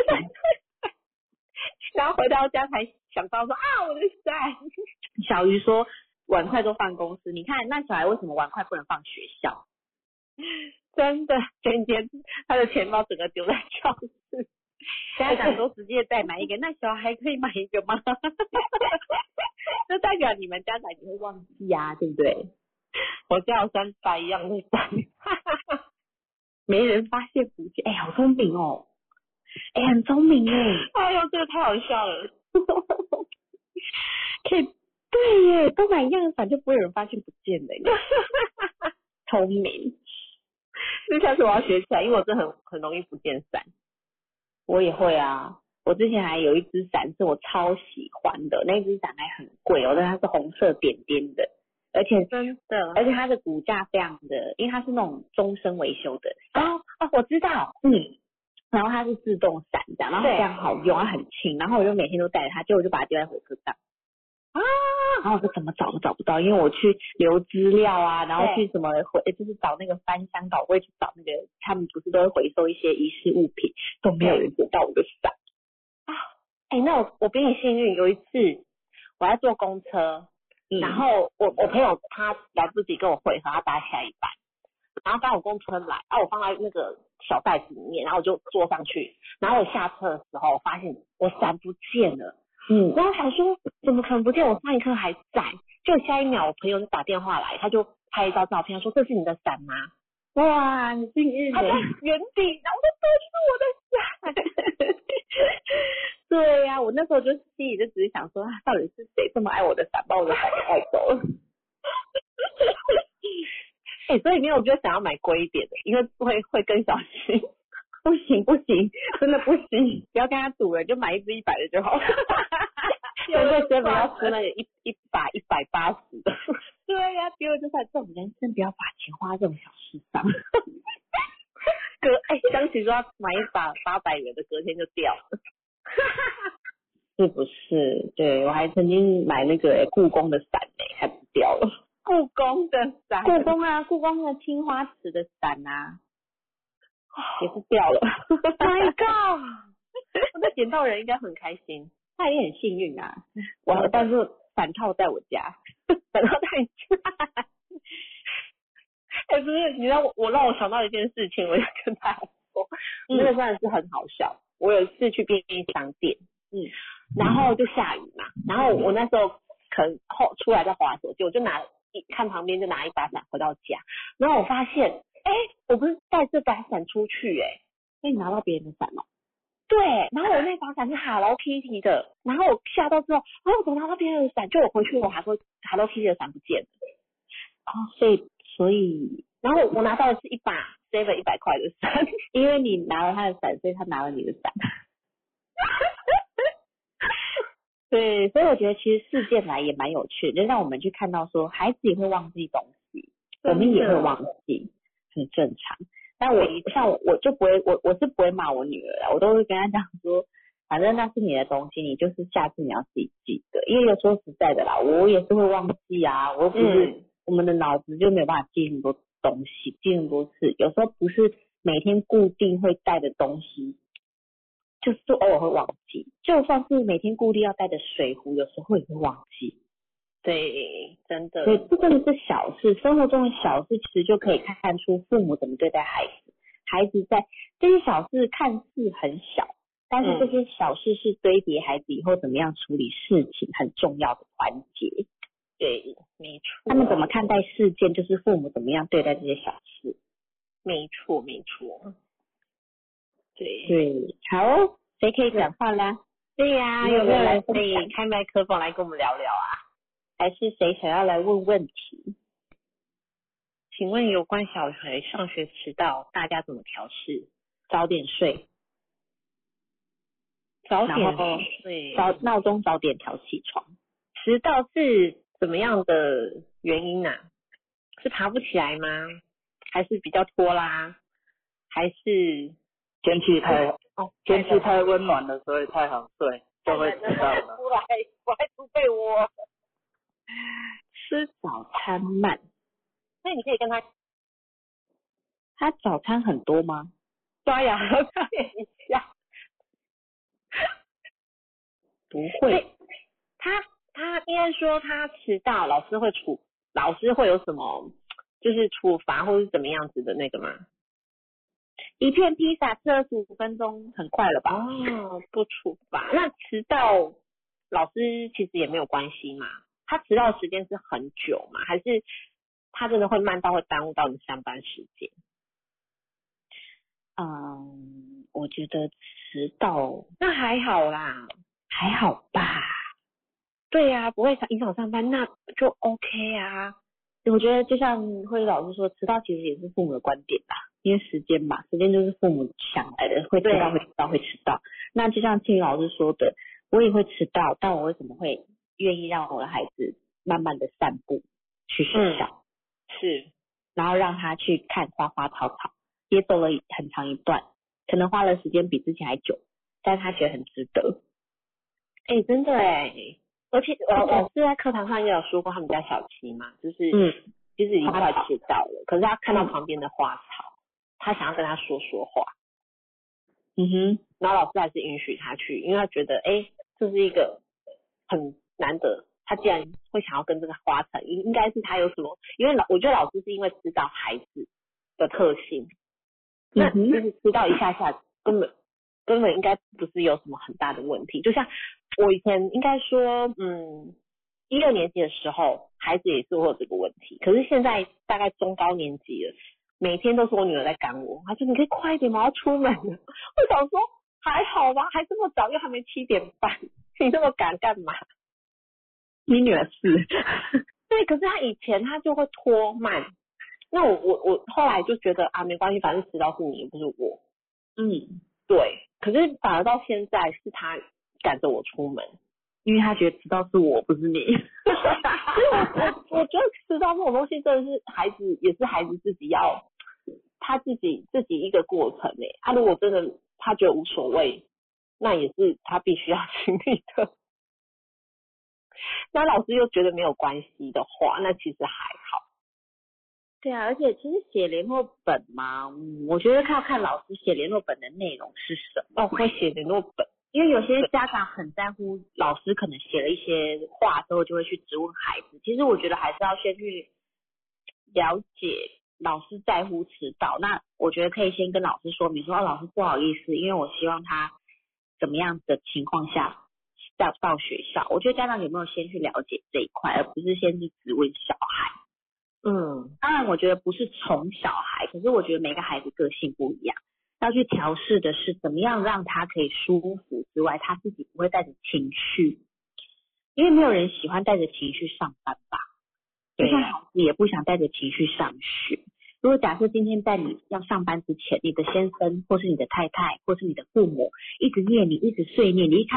Speaker 1: 然后回到家才想到说我的伞。
Speaker 2: 小鱼说碗筷都放公司，你看那小孩为什么碗筷不能放学校？
Speaker 1: 真的，前天他的钱包整个丢在教室，
Speaker 2: 家长都直接再买一个，那小孩可以买一个吗？这代表你们家长也会忘记啊，对不对？
Speaker 1: 我家有3把一样的伞，
Speaker 2: 没人发现不见，好聪明哦，很聪明耶，
Speaker 1: 这个太好笑了。
Speaker 2: 可以，对耶，都买一样的伞就不会有人发现不见了耶。聪明，
Speaker 1: 这下次我要学起来，因为我真的很容易不见伞。
Speaker 2: 我也会啊，我之前还有一只伞是我超喜欢的，那只伞还很贵但它是红色点点的。而且它的骨架非常的，因为它是那种终身维修的。
Speaker 1: 我知道，
Speaker 2: 然后它是自动伞这样，然后非常好用，它很轻，然后我就每天都带着它，结果我就把它丢在火车上。然后我就怎么找都找不到，因为我去留资料啊，然后去什么就是找那个翻箱倒柜去找那个，他们不是都会回收一些遗失物品，都没有人捡到我的伞
Speaker 1: 啊。那我比你幸运，有一次我在坐公车，然后我朋友他来不及跟我会合，他搭下一班，然后刚好公车来，我放在那个小袋子里面，然后我就坐上去，然后我下车的时候，我发现我伞不见了。然后想说怎么可能不见，我上一刻还在，就下一秒我朋友就打电话来，他就拍一张照片，说这是你的伞吗？
Speaker 2: 哇，你幸运
Speaker 1: 他在原地，然后说这是我的伞。
Speaker 2: 对呀，我那时候就心里就只是想说，到底是谁这么爱我的伞，把我的伞给带走了？
Speaker 1: 所以你有觉得想要买贵一点的，因为会更小心。
Speaker 2: 不行，真的不行，不要跟他赌了，就买一支100的就好。
Speaker 1: 对对，所以不要出那个一把180的。
Speaker 2: 对呀，结果就是这种人生不要把钱花在这种小事上。
Speaker 1: 江琪说要买一把800元的，隔天就掉了。
Speaker 2: 是不是？对，我还曾经买那个故宫的伞还不掉了。
Speaker 1: 故宫的伞？
Speaker 2: 故宫啊，故宫的青花瓷的伞啊。也是掉了。
Speaker 1: My God！ 那捡到人应该很开心，
Speaker 2: 他也很幸运啊。但是伞套在我家，
Speaker 1: 伞套在你家。不是，你知道我让我想到一件事情，我要跟大家说，那个真的是很好笑。我有一次去便利商店，然后就下雨嘛，然后我那时候可能出来在滑手机，我就看旁边就拿一把伞回到家，然后我发现。我不是带这把伞出去
Speaker 2: 你拿到别人的伞了？
Speaker 1: 对，然后我那把伞是 Hello Kitty 的，然后我吓到之后，我怎么拿到别人的伞？就我回去我还说 Hello Kitty 的伞不见了。
Speaker 2: 所以，
Speaker 1: 然后我拿到的是一把 Seven 100块的伞，
Speaker 2: 因为你拿了他的伞，所以他拿了你的伞。对，所以我觉得其实事件来也蛮有趣的，就让我们去看到说，孩子也会忘记东西，我们也会忘记。很正常，但我就不会，我是不会骂我女儿，我都会跟她讲说，反正那是你的东西，你就是下次你要自己记得，因为说实在的啦，我也是会忘记啊，我不是、我们的脑子就没有办法记那么多东西，记那么多次，有时候不是每天固定会带的东西，就是偶尔会忘记，就算是每天固定要带的水壶，有时候也会忘记。
Speaker 1: 对，真的。
Speaker 2: 对，这真的是小事，生活中的小事其实就可以看出父母怎么对待孩子。孩子在这些小事看似很小，但是这些小事是堆叠孩子以后怎么样处理事情很重要的环节。
Speaker 1: 对，没错。
Speaker 2: 他们怎么看待事件，就是父母怎么样对待这些小事。
Speaker 1: 没错，没错。
Speaker 2: 对，好，谁可以讲话啦？
Speaker 1: 对呀，有没有人可以开麦克风来跟我们聊聊啊？
Speaker 2: 还是谁想要来问问题？
Speaker 1: 请问有关小孩上学迟到，大家怎么调试？
Speaker 2: 早点睡，
Speaker 1: 早点睡，
Speaker 2: 闹钟早点调起床。
Speaker 1: 迟到是怎么样的原因啊？是爬不起来吗？还是比较拖拉？还是
Speaker 3: 天气太温暖了，所以太好睡，就会迟到了。
Speaker 1: 出来，我还出被窝。
Speaker 2: 吃早餐慢，
Speaker 1: 所以你可以跟他
Speaker 2: 早餐很多吗？
Speaker 1: 刷牙刷脸一下。
Speaker 2: 不会，
Speaker 1: 他应该说他迟到，老师会有什么就是处罚或是怎么样子的那个吗？
Speaker 2: 一片披萨吃25分钟，很快了吧？
Speaker 1: 哦，不处罚。那迟到老师其实也没有关系嘛？他迟到时间是很久嘛？还是他真的会慢到会耽误到你上班时间？
Speaker 2: 我觉得迟到
Speaker 1: 那还好啦，
Speaker 2: 还好吧？
Speaker 1: 对呀，不会影响上班，那就 OK 啊。
Speaker 2: 我觉得就像慧老师说，迟到其实也是父母的观点啦，因为时间嘛，时间就是父母想来的，会迟到。那就像庆宇老师说的，我也会迟到，但我为什么会愿意让我的孩子慢慢的散步去学校？
Speaker 1: 是，
Speaker 2: 然后让他去看花花草草，也走了很长一段， 可能花的时间比之前还久，但他觉得很值得。
Speaker 1: 真的而且老师在课堂上也有说过，他们家小七嘛，就是其实已经快迟到了，可是他看到旁边的花草，他想要跟他说话，然后老师还是允许他去，因为他觉得这是一个很难得，他既然会想要跟这个花草，应该是他有什么，因为我觉得老师是因为知道孩子的特性，那就是知道一下根本应该不是有什么很大的问题。就像我以前应该说1、2年级的时候，孩子也是会有这个问题，可是现在大概中高年级了，每天都是我女儿在赶我，她说你可以快一点吗？我要出门了。我想说还好吧，还这么早，又还没7点半，你这么赶干嘛？
Speaker 2: 你女儿是
Speaker 1: 对，可是她以前她就会拖慢，那我后来就觉得没关系，反正迟到是你，也不是我。对，可是反而到现在是她赶着我出门，
Speaker 2: 因为他觉得迟到是我，不是你。
Speaker 1: 我觉得迟到这种东西真的是也是孩子自己要他自己一个过程他如果真的他觉得无所谓，那也是他必须要经历的。那老师又觉得没有关系的话，那其实还好。
Speaker 2: 对啊，而且其实写联络本嘛，我觉得要看老师写联络本的内容是什么。
Speaker 1: 会写联络本，
Speaker 2: 因为有些家长很在乎老师可能写了一些话之后就会去质问孩子，其实我觉得还是要先去了解老师在乎迟到，那我觉得可以先跟老师说明说老师不好意思，因为我希望他怎么样的情况下到学校。我觉得家长有没有先去了解这一块，而不是先去质问小孩。当然我觉得不是宠小孩，可是我觉得每个孩子个性不一样，要去调试的是怎么样让他可以舒服之外，他自己不会带着情绪，因为没有人喜欢带着情绪上班吧，就像孩子也不想带着情绪上学。如果假设今天在你要上班之前，你的先生或是你的太太或是你的父母一直念你，一直碎念你，你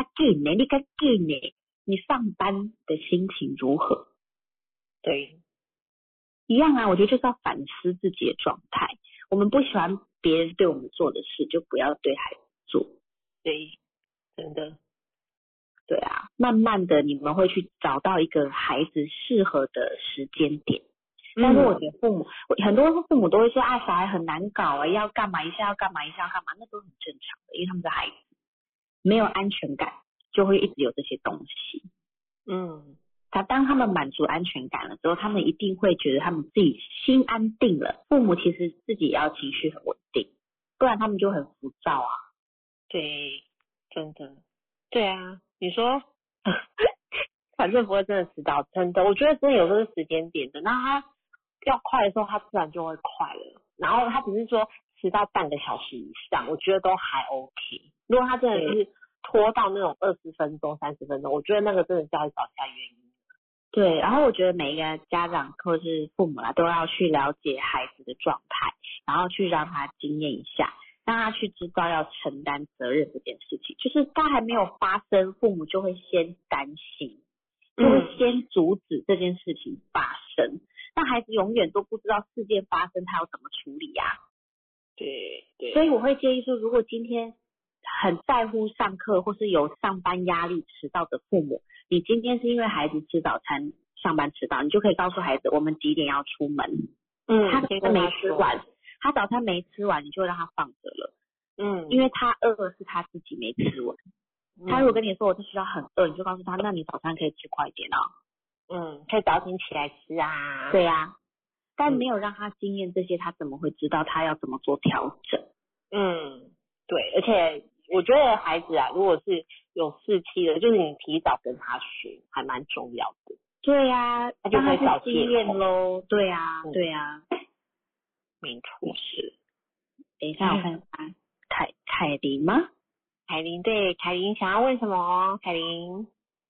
Speaker 2: 上班的心情如何？
Speaker 1: 对，
Speaker 2: 一样啊，我觉得就是要反思自己的状态。我们不喜欢别人对我们做的事，就不要对孩子做。
Speaker 1: 对，真的。
Speaker 2: 对啊，慢慢的你们会去找到一个孩子适合的时间点。但是我觉得很多父母都会说小孩很难搞要干嘛一下要干嘛一下要干嘛，那都很正常的，因为他们的孩子没有安全感，就会一直有这些东西。当他们满足安全感了之后，他们一定会觉得他们自己心安定了。父母其实自己也要情绪很稳定，不然他们就很浮躁啊。
Speaker 1: 对，真的。对啊，你说反正不会真的迟到，真的，我觉得真的有这个时间点的，那他要快的时候，他自然就会快了。然后他只是说迟到半个小时以上，我觉得都还 OK。如果他真的是拖到那种20分钟、30分钟，我觉得那个真的是要找下原因。
Speaker 2: 对，然后我觉得每一个家长或是父母都要去了解孩子的状态，然后去让他经验一下，让他去知道要承担责任这件事情。就是他还没有发生，父母就会先担心，就会先阻止这件事情发生。那孩子永远都不知道事件发生他要怎么处理啊。
Speaker 1: 对，
Speaker 2: 所以我会建议说，如果今天很在乎上课或是有上班压力迟到的父母，你今天是因为孩子吃早餐上班迟到，你就可以告诉孩子我们几点要出门。他早餐没吃完，你就让他放着了。因为他饿是他自己没吃完。他如果跟你说我在学校很饿，你就告诉他，那你早餐可以吃快一点
Speaker 1: 可以早点起来吃啊。
Speaker 2: 对啊，但没有让他经验这些，他怎么会知道他要怎么做调整？
Speaker 1: 对，而且我觉得孩子如果是有士气的，就是你提早跟他学，还蛮重要的。
Speaker 2: 对啊，
Speaker 1: 他就会找
Speaker 2: 经验咯。对啊，对啊，
Speaker 1: 没错是。
Speaker 2: 等一下我看凯琳吗？
Speaker 1: 凯琳，对，凯琳想要问什么？凯琳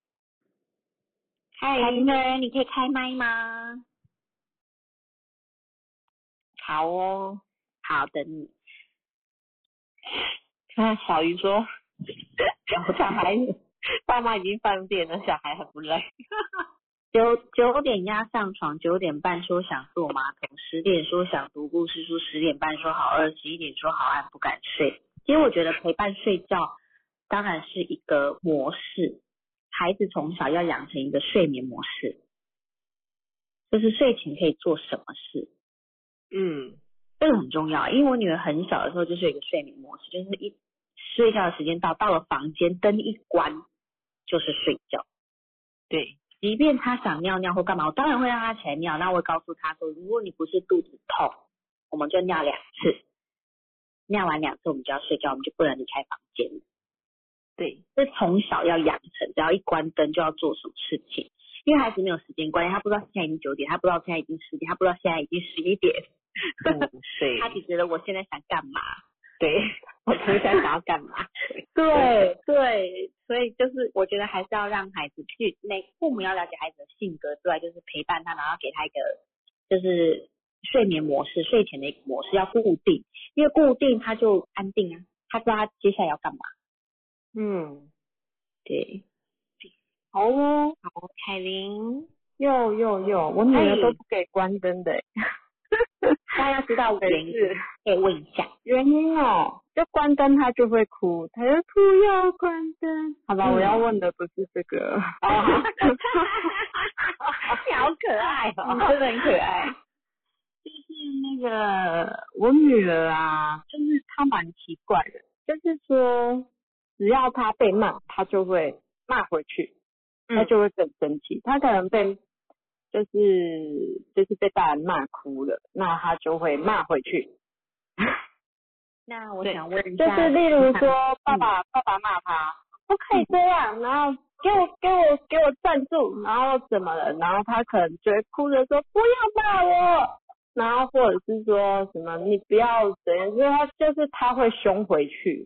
Speaker 2: 儿，你可以开麦吗？
Speaker 1: 好哦，
Speaker 2: 好的你。
Speaker 1: 看小鱼说小孩爸妈已经饭店了，小孩很不累。
Speaker 2: 9点要上床，9点半说想坐马桶，10点说想读故事书，10点半说好饿，11点说好暗不敢睡， 其实我觉得陪伴睡觉当然是一个模式，孩子从小要养成一个睡眠模式，就是睡前可以做什么事。这个很重要，因为我女儿很小的时候就是有一个睡眠模式，就是一睡觉的时间到了房间灯一关就是睡觉。
Speaker 1: 对，
Speaker 2: 即便她想尿尿或干嘛，我当然会让她起来尿，那我会告诉她说，如果你不是肚子痛，我们就尿2次，尿完2次我们就要睡觉，我们就不能离开房间。
Speaker 1: 对，
Speaker 2: 这从小要养成，只要一关灯就要做什么事情，因为孩子没有时间观念，他不知道现在已经9点，他不知道现在已经10点，他不知道现在已经11点。
Speaker 1: 对，
Speaker 2: 他只觉得我现在想干嘛，
Speaker 1: 对，我现在想要干嘛？
Speaker 2: 对，所以就是我觉得还是要让孩子去，父母要了解孩子的性格之外，就是陪伴他，然后给他一个就是睡眠模式，睡前的一个模式要固定，因为固定他就安定啊，他知道他接下来要干嘛。对，
Speaker 1: 好哦，好，凯琳，
Speaker 3: 有，我女儿都不给关灯的。
Speaker 2: 大家知道原因，可以问一下
Speaker 3: 原因哦，就关灯她就会哭，她就哭要关灯。好吧，我要问的不是这个。
Speaker 2: 你好可爱哦，真的很可爱。
Speaker 3: 就是那个我女儿啊，就是她蛮奇怪的，就是说只要她被骂，她就会骂回去，她就会更生气。她可能被就是被大人骂哭了，那她就会骂回去。
Speaker 2: 那我想问一下，
Speaker 3: 就是例如说爸爸骂她不可以这样，然后给我站住，然后怎么了，然后她可能就会哭着说不要骂我，然后或者是说什么你不要怎样，就是他会凶回去。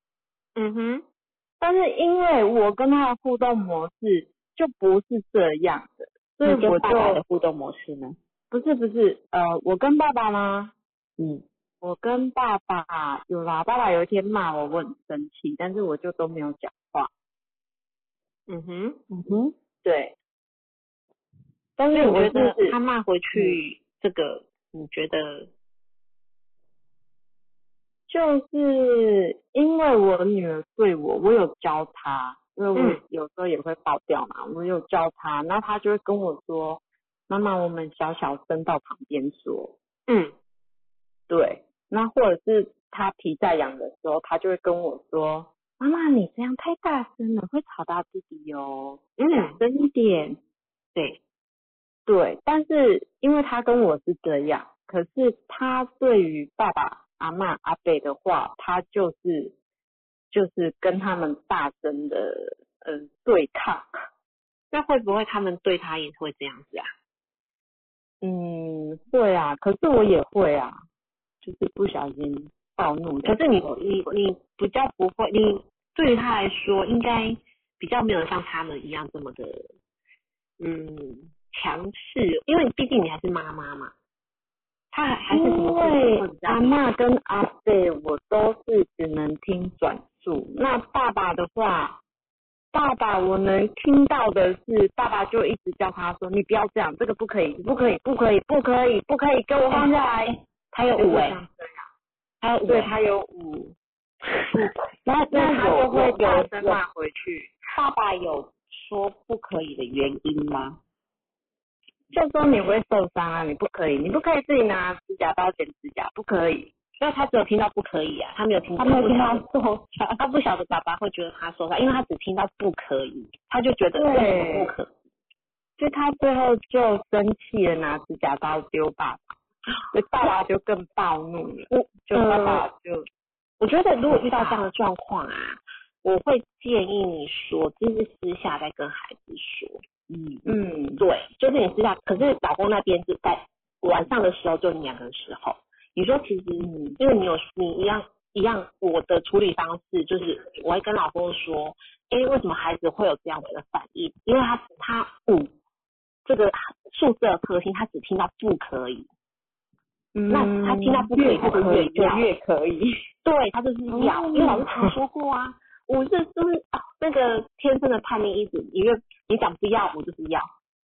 Speaker 3: 但是因为我跟他的互动模式就不是这样的，所以我
Speaker 2: 爸爸的互动模式呢？
Speaker 3: 不是，我跟爸爸吗？我跟爸爸有啦，爸爸有一天骂我，我很生气，但是我就都没有讲话。对。但是我觉得
Speaker 1: 他骂回去这个，你觉得？
Speaker 3: 就是因为我女儿对我有教她，因为我有时候也会爆掉嘛，我有教她，然后她就会跟我说，妈妈我们小声到旁边说。对，那或者是她皮在痒的时候，她就会跟我说，妈妈你这样太大声了，会吵到弟弟哦，小声一点。对，但是因为她跟我是这样，可是她对于爸爸阿嬷阿伯的话，他就是跟他们大声的对抗。
Speaker 1: 那会不会他们对他也会这样子啊？
Speaker 3: 会啊，可是我也会啊，就是不小心暴怒。
Speaker 1: 可是你比较不会，你对于他来说应该比较没有像他们一样这么的强势，因为毕竟你还是妈妈嘛。他还是什么事情会比较？
Speaker 3: 阿嬷跟阿伯我都是只能听转述，那爸爸的话，爸爸我能听到的是，爸爸就一直叫他说，你不要这样，这个不可以，不可以，给我放下来。
Speaker 2: 他有5
Speaker 3: 他有5，对，他有5。那他就会大声骂回去。
Speaker 2: 爸爸有说不可以的原因吗？
Speaker 3: 就说你会受伤啊，你不可以自己拿指甲刀剪指甲，不可以。
Speaker 1: 那他只有听到不可以啊，他没有听到受伤，他不晓得爸爸会觉得他受伤，因为他只听到不可以，他就觉得为什么不可以？
Speaker 3: 就他最后就生气了，拿指甲刀丢爸爸，所以爸爸就更暴怒了。爸爸就，
Speaker 1: 我觉得如果遇到这样的状况啊，我会建议你说，就是私下再跟孩子说。对，就是你私下，可是老公那边是在晚上的时候，就你2个人时候。你说其实，因为你一样，我的处理方式就是我会跟老公说，为什么孩子会有这样子的反应？因为他5这个数字的特性，他只听到不可以。那他听到不可以，他就
Speaker 3: 越可以。
Speaker 1: 对，他就是要，因为老师常说过啊，5就是那个天生的叛逆因子，你讲不要，我就是要。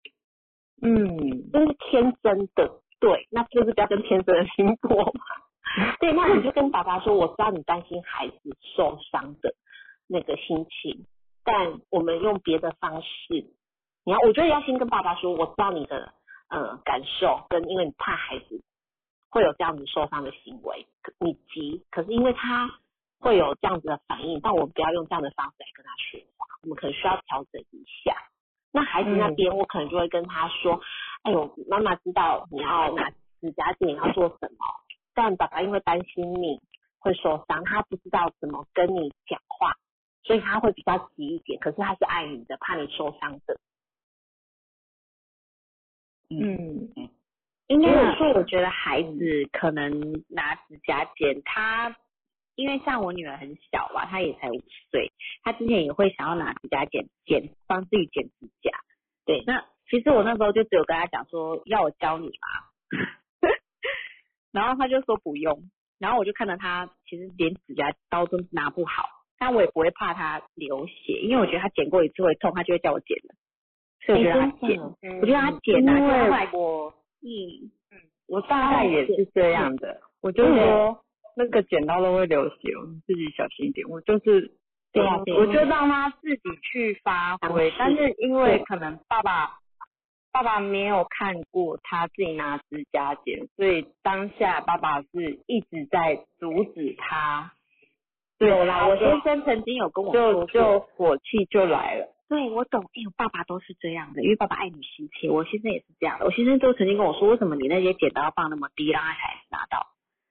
Speaker 1: 这是天生的。对，那就是不要跟天生的星座嘛。 对，那你就跟爸爸说，我知道你担心孩子受伤的那个心情，但我们用别的方式。我觉得要先跟爸爸说，我知道你的感受，跟因为你怕孩子会有这样子受伤的行为，你急，可是因为他会有这样子的反应，但我们不要用这样的方式来跟他说话，我们可能需要调整一下。那孩子那边我可能就会跟他说，哎呦，妈妈知道你要拿指甲剪要做什么，但爸爸因为担心你会受伤，他不知道怎么跟你讲话，所以他会比较急一点，可是他是爱你的，怕你受伤的。
Speaker 2: 应该是说，我觉得孩子可能拿指甲剪，他因为像我女儿很小吧，她也才5岁，她之前也会想要拿指甲剪帮自己剪指甲。对，那其实我那时候就只有跟她讲说，要我教你嘛，然后她就说不用，然后我就看到她其实连指甲刀都拿不好，但我也不会怕她流血，因为我觉得她剪过一次会痛，她就会叫我剪的。所以我就让他剪，我就让他剪啊，因为
Speaker 3: 我大概也是这样的，我就说那个剪刀都会流血，我们自己小心一点。我就是
Speaker 2: 对啊，
Speaker 3: 我就让他自己去发挥，但是因为可能爸爸没有看过他自己拿指甲剪，所以当下爸爸是一直在阻止他。
Speaker 2: 有啦，我先生曾经有跟我说过，
Speaker 3: 就火气就来了。
Speaker 2: 对，我懂，爸爸都是这样的，因为爸爸爱女心切，我先生也是这样的。我先生都曾经跟我说，为什么你那些剪刀要放那么低，让孩子拿到？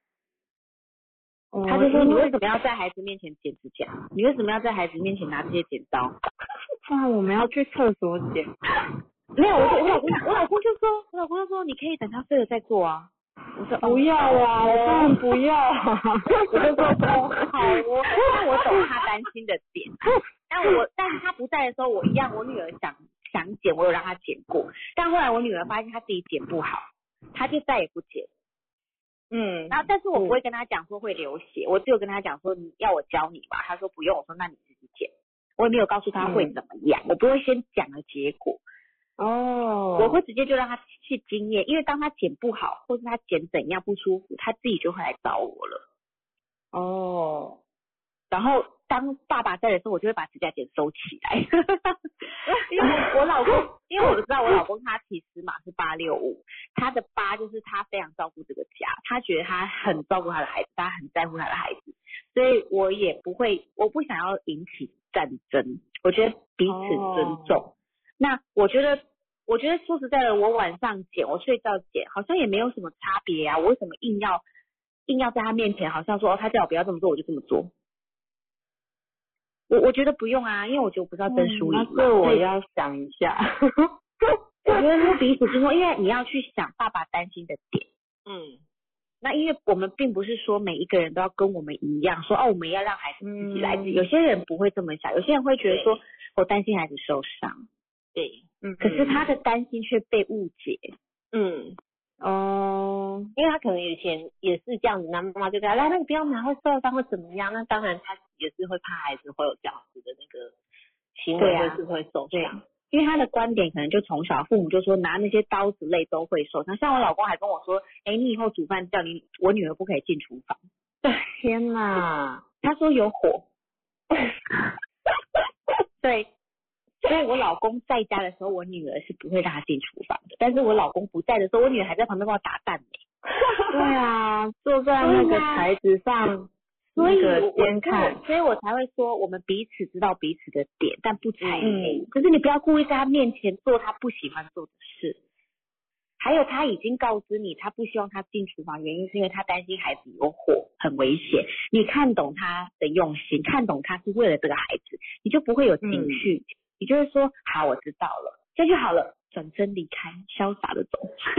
Speaker 2: 他就说，你为什么要在孩子面前剪指甲？你为什么要在孩子面前拿这些剪刀？
Speaker 3: 不然我们要去厕所剪。
Speaker 2: 没有，我老公就说，你可以等他睡了再做啊。我说
Speaker 3: 不要啊，我当然不要。
Speaker 2: 我就说好，我懂他担心的点。但是他不在的时候，我一样，我女儿想剪，我有让她剪过，但后来我女儿发现她自己剪不好，她就再也不剪。然后但是我不会跟她讲说会流血，我只有跟她讲说你要我教你吧，她说不用，我说那你自己剪，我也没有告诉她会怎么样，我不会先讲了结果。我会直接就让她去经验，因为当她剪不好，或是她剪怎样不舒服，她自己就会来找我了。然后当爸爸在的时候，我就会把指甲剪收起来，因为我老公，因为我知道我老公他其实码是865，他的8就是他非常照顾这个家，他觉得他很照顾他的孩子，他很在乎他的孩子，所以我也不会，我不想要引起战争，我觉得彼此尊重。那我觉得说实在的，我晚上剪，我睡觉剪，好像也没有什么差别啊，我为什么硬要在他面前，好像说他叫我不要这么做，我就这么做。我觉得不用啊，因为我觉得我不是要争输赢嘛，
Speaker 3: 所以我要想一下。
Speaker 2: 我觉得是彼此尊重，因为你要去想爸爸担心的点。那因为我们并不是说每一个人都要跟我们一样，说我们要让孩子自己来。有些人不会这么想，有些人会觉得说我担心孩子受伤。对，可是他的担心却被误解。
Speaker 1: 因为他可能以前也是这样子，那妈妈就跟他来，那你不要拿，会受伤会怎么样？那当然他也是会怕孩子会有这样子的那个行为，或是会受伤。
Speaker 2: 因为他的观点可能就从小父母就说拿那些刀子类都会受伤，像我老公还跟我说，你以后煮饭叫我女儿不可以进厨房。
Speaker 3: 天哪，
Speaker 2: 他说有火。对。所以我老公在家的时候，我女儿是不会让她进厨房的。但是我老公不在的时候，我女儿还在旁边帮我打蛋
Speaker 3: 对啊，坐在那个台子上，
Speaker 2: 所以
Speaker 3: 边看，
Speaker 2: 所以我才会说，我们彼此知道彼此的点，但不踩雷。可是你不要故意在他面前做他不喜欢做的事。还有他已经告知你，他不希望他进厨房，原因是因为他担心孩子有火，很危险。你看懂他的用心，看懂他是为了这个孩子，你就不会有情绪。你就会说好，我知道了，这样就好了，转身离开，潇洒的走。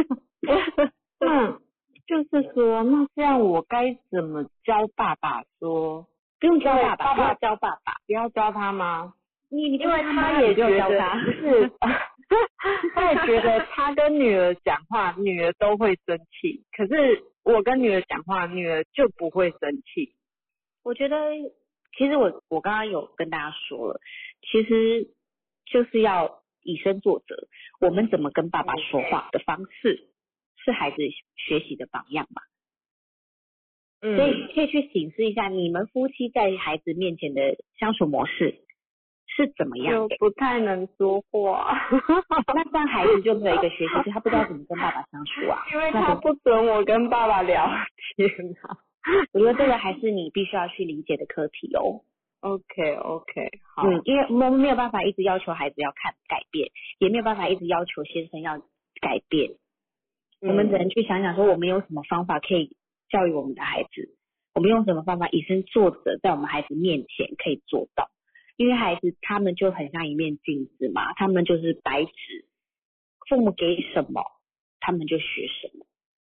Speaker 3: 就是说，那这样我该怎么教爸爸说？
Speaker 2: 不用教爸爸，
Speaker 3: 不要教爸爸，不要教他吗？
Speaker 2: 因
Speaker 3: 为他也觉得不是，他也觉得他跟女儿讲话，女儿都会生气。可是我跟女儿讲话，女儿就不会生气。
Speaker 2: 我觉得，其实我刚刚有跟大家说了，其实就是要以身作则。我们怎么跟爸爸说话的方式，是孩子学习的榜样嘛。 所以可以去审视一下你们夫妻在孩子面前的相处模式是怎么样的。
Speaker 3: 就不太能说话。
Speaker 2: 那这样孩子就没有一个学习，他不知道怎么跟爸爸相处啊。
Speaker 3: 因为他不准我跟爸爸聊天啊。
Speaker 2: 我觉得这个还是你必须要去理解的课题哦。
Speaker 3: OK， 好。
Speaker 2: 因为我们没有办法一直要求孩子要改变，也没有办法一直要求先生要改变。我们只能去想想说，我们有什么方法可以教育我们的孩子，我们用什么方法以身作则，在我们孩子面前可以做到。因为孩子他们就很像一面镜子嘛，他们就是白纸，父母给什么，他们就学什么。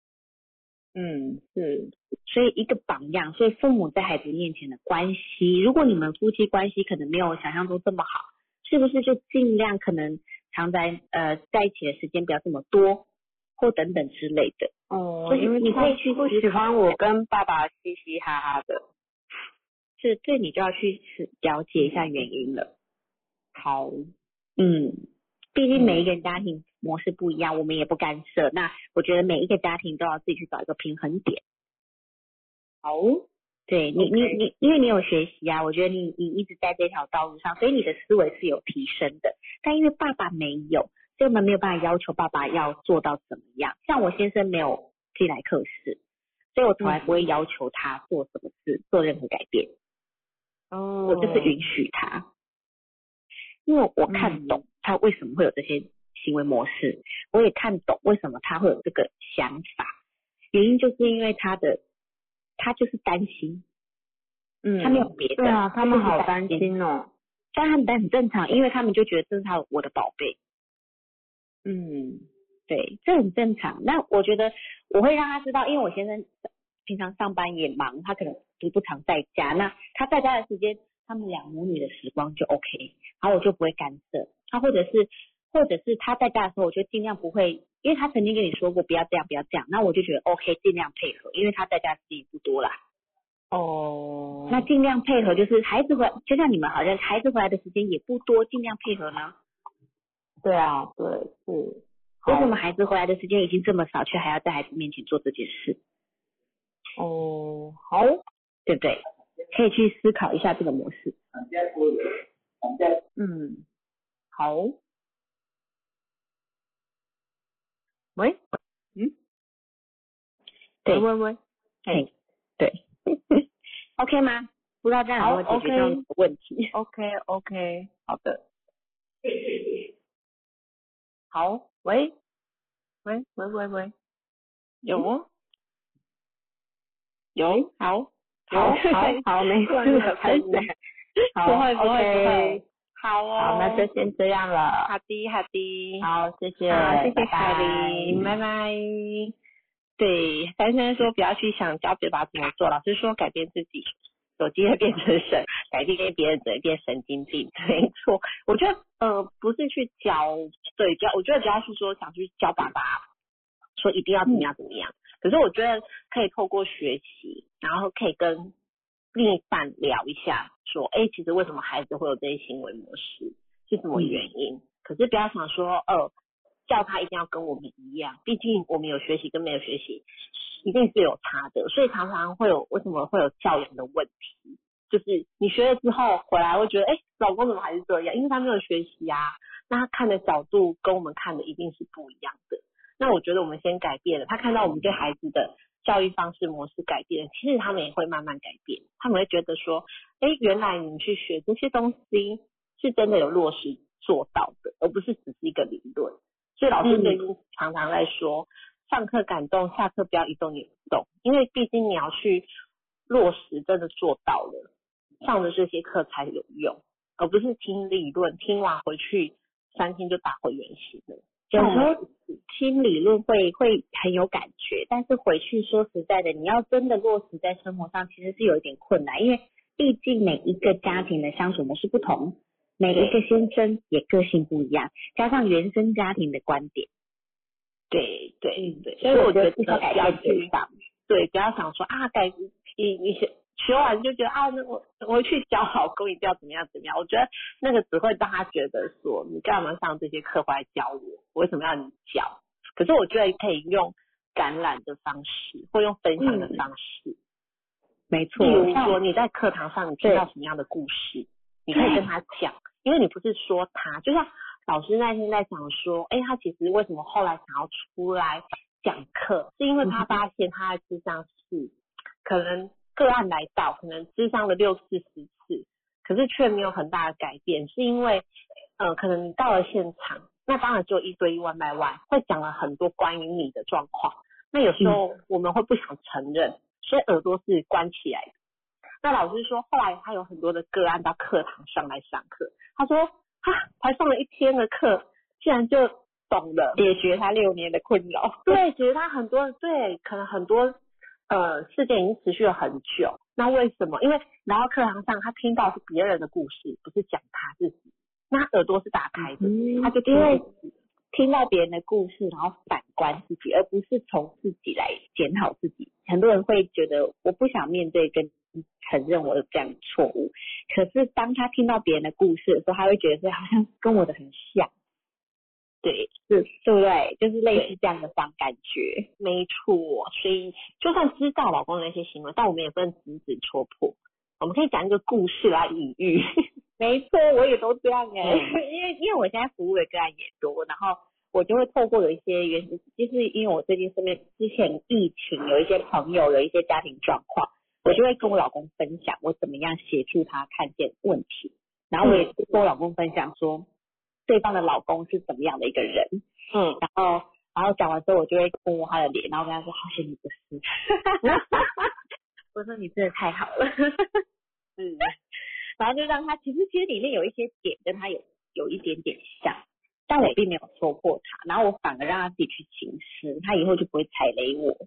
Speaker 3: 是。
Speaker 2: 所以一个榜样，所以父母在孩子面前的关系，如果你们夫妻关系可能没有想象中这么好，是不是就尽量可能常在一起的时间不要这么多，或等等之类的。
Speaker 3: 因为
Speaker 2: 你可以去
Speaker 3: 不喜欢我跟爸爸嘻嘻哈哈的。
Speaker 2: 这你就要去了解一下原因了。
Speaker 3: 好。
Speaker 2: 毕竟每一个家庭模式不一样，我们也不干涉。那我觉得每一个家庭都要自己去找一个平衡点。
Speaker 3: 好。
Speaker 2: 对你因为你有学习啊，我觉得你一直在这条道路上，所以你的思维是有提升的。但因为爸爸没有，所以我们没有办法要求爸爸要做到怎么样。像我先生没有进来课室，所以我从来不会要求他做什么事，做任何改变。我就是允许他，因为我看懂他为什么会有这些行为模式，我也看懂为什么他会有这个想法，原因就是因为他就是担心，他没有别的。
Speaker 3: 对啊，他们好担心哦。
Speaker 2: 但他们很正常，因为他们就觉得这是我的宝贝。对，这很正常。那我觉得我会让他知道，因为我先生平常上班也忙，他可能不常在家，那他在家的时间，他们两母女的时光就 OK， 然后我就不会干涉他，或者是他在家的时候，我就尽量不会，因为他曾经跟你说过不要这样不要这样，那我就觉得 OK， 尽量配合，因为他在家时间也不多啦。那尽量配合，就是孩子回来，就像你们好像孩子回来的时间也不多，尽量配合呢。
Speaker 3: 对啊，对，是。
Speaker 2: 为什么孩子回来的时间已经这么少，却还要在孩子面前做这件事？
Speaker 3: 好，
Speaker 2: 对不对？可以去思考一下这个模式。
Speaker 3: 好。喂，
Speaker 2: 对，
Speaker 3: 喂，
Speaker 2: 对，OK 吗？不知道这样有没有解决到你的问题
Speaker 3: ？OK， 好的。好，喂，有，好，没事，开始。好，
Speaker 2: 不会。
Speaker 3: 好哦，好，那就先这样了。
Speaker 2: 好的。
Speaker 3: 好，谢谢，
Speaker 2: 谢谢凯琳，拜拜。
Speaker 1: 对，三生说不要去想教别人怎么做，老师说改变自己，手机会变成神，改变别人只会变神经病。没错，我觉得不是去教，我觉得主要是说想去教爸爸，说一定要怎么样。可是我觉得可以透过学习，然后可以跟另一半聊一下，说其实为什么孩子会有这些行为模式，是什么原因？可是不要想说叫他一定要跟我们一样，毕竟我们有学习跟没有学习一定是有差的，所以常常为什么会有教养的问题，就是你学了之后回来会觉得老公怎么还是这样，因为他没有学习啊，那他看的角度跟我们看的一定是不一样的。那我觉得我们先改变了，他看到我们对孩子的教育方式模式改变，其实他们也会慢慢改变，他们会觉得说原来你们去学这些东西是真的有落实做到的，而不是只是一个理论。所以老师最近常常在说，上课感动，下课不要一动也不动，因为毕竟你要去落实真的做到了，上的这些课才有用，而不是听理论，听完回去3天就打回原形了。
Speaker 2: 有时候听理论会很有感觉，但是回去说实在的，你要真的落实在生活上，其实是有一点困难，因为毕竟每一个家庭的相处模式不同，每一个先生也个性不一样，加上原生家庭的观点。
Speaker 1: 对，所以我觉得不要去想，不要想说你学完就觉得那我去教老公一定要怎么样，我觉得那个只会让他觉得说你干嘛上这些课回来教我为什么要你教？可是我觉得可以用感染的方式，或用分享的方式，
Speaker 2: 没错。
Speaker 1: 例如说你在课堂上你听到什么样的故事，你可以跟他讲，因为你不是说他，就像老师那天在讲说，他其实为什么后来想要出来讲课，是因为他发现他的智商是可能个案来到，可能智商了6次10次，可是却没有很大的改变，是因为可能你到了现场，那当然只有1对1 one by one，会讲了很多关于你的状况，那有时候我们会不想承认，所以耳朵是关起来的。那老师说，后来他有很多的个案到课堂上来上课，他说才上了1天的课，竟然就懂了，
Speaker 2: 解决他6年的困扰。
Speaker 1: 对，解决他很多，对，可能很多事件已经持续了很久。那为什么？因为来到课堂上，他听到是别人的故事，不是讲他自己，那他耳朵是打开的，他就
Speaker 2: 因为听到别人的故事，然后反观自己，而不是从自己来检讨自己。很多人会觉得我不想面对跟承认我有这样的错误，可是当他听到别人的故事的时候，他会觉得是好像跟我的很像。
Speaker 1: 对，
Speaker 2: 对不对？就是类似这样的感觉。
Speaker 1: 没错，所以就算知道老公的那些行为，但我们也不能直指戳破，我们可以讲一个故事来隐喻。
Speaker 2: 没错，我也都这样因为我现在服务的个案也多，然后我就会透过有一些就是因为我最近身边之前疫情有一些朋友有一些家庭状况，我就会跟我老公分享我怎么样协助他看见问题，然后我也跟我老公分享说对方的老公是怎么样的一个人，然后讲完之后我就会摸他的脸，然后跟他说好险你不是，我说你真的太好了，然后就让他其实里面有一些点跟他有一点点像，但我并没有戳破他，然后我反而让他自己去行事，他以后就不会踩雷我，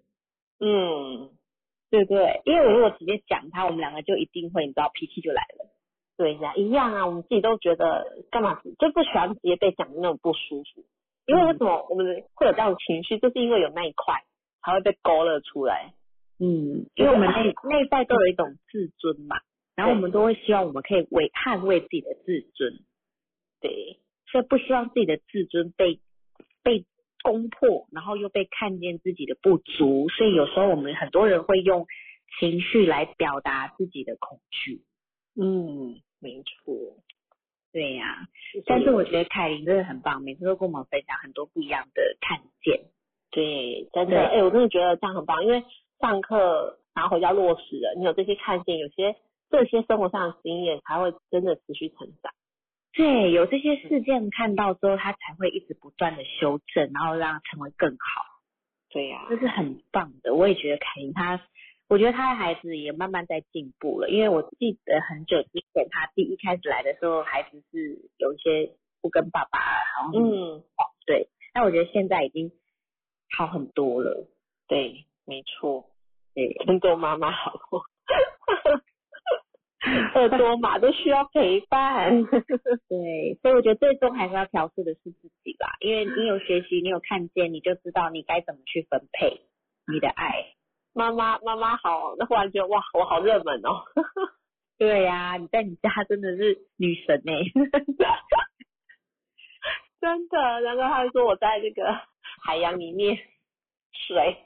Speaker 2: 对不对？因为我如果直接讲他，我们两个就一定会你知道脾气就来了。
Speaker 1: 对呀，一样啊，我们自己都觉得干嘛就不喜欢直接被讲的那种不舒服，因为为什么我们会有这样的情绪，就是因为有那一块才会被勾勒出来。
Speaker 2: 因为我们内在都有一种自尊嘛，然后我们都会希望我们可以捍卫自己的自尊，
Speaker 1: 对，
Speaker 2: 所以不希望自己的自尊被攻破，然后又被看见自己的不足，所以有时候我们很多人会用情绪来表达自己的恐惧。
Speaker 1: 没错，
Speaker 2: 对呀，但是我觉得凯琳真的很棒，每次都跟我们分享很多不一样的看见。
Speaker 1: 对，真的，我真的觉得这样很棒，因为上课然后回家落实了，你有这些看见，有些这些生活上的经验才会真的持续成长。
Speaker 2: 对，有这些事件看到之后，他才会一直不断的修正，然后让它成为更好。
Speaker 1: 对呀，
Speaker 2: 这是很棒的。我也觉得凯琳我觉得他的孩子也慢慢在进步了，因为我记得很久之前他第一开始来的时候，孩子是有一些不跟爸爸，然后对，但我觉得现在已经好很多了。
Speaker 1: 对，没错，
Speaker 2: 对，
Speaker 1: 跟多妈妈好多。耳朵嘛都需要陪伴，
Speaker 2: 对，所以我觉得最终还是要调试的是自己啦，因为你有学习，你有看见，你就知道你该怎么去分配你的爱。
Speaker 1: 妈妈好，那忽然觉得哇，我好热门哦。
Speaker 2: 对呀，你在你家真的是女神
Speaker 1: 真的，然后他说我在这个海洋里面水，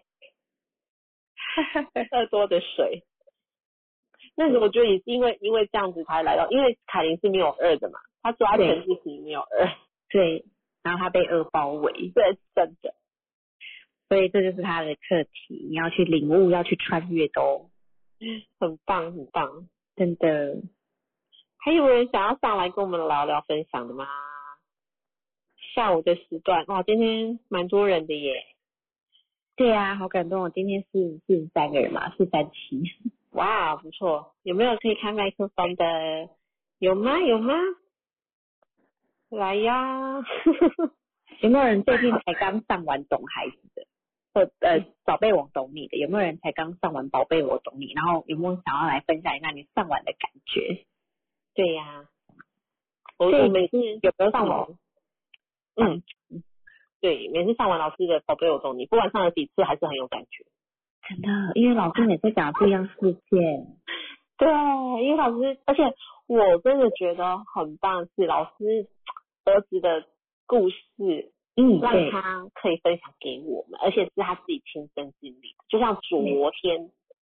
Speaker 1: 耳朵的水。那我觉得也是因为这样子才来到，因为凯琳是没有2的嘛，他抓全自己没有2，
Speaker 2: 对，然后他被2包围，
Speaker 1: 对，真的，
Speaker 2: 所以这就是他的课题，你要去领悟，要去穿越都
Speaker 1: 很棒很棒，
Speaker 2: 真的。
Speaker 1: 还有人想要上来跟我们聊聊分享的吗？下午的时段，哇，今天蛮多人的耶。
Speaker 2: 对啊，好感动哦，今天是43个人嘛，437。
Speaker 1: 哇，不错，有没有可以开麦克风的？有吗？来呀！
Speaker 2: 有没有人最近才刚上完懂孩子的，或宝贝我懂你的？有没有人才刚上完宝贝我懂你？然后有没有想要来分享一下你上完的感觉？
Speaker 1: 对呀，我每次
Speaker 2: 有没有上完？
Speaker 1: 对，每次上完老师的宝贝我懂你，不管上了几次还是很有感觉。
Speaker 2: 真的，因为老师每次讲不一样事件。
Speaker 1: 对，因为老师，而且我真的觉得很棒是老师儿子的故事，让他可以分享给我们，而且是他自己亲身经历的。就像昨天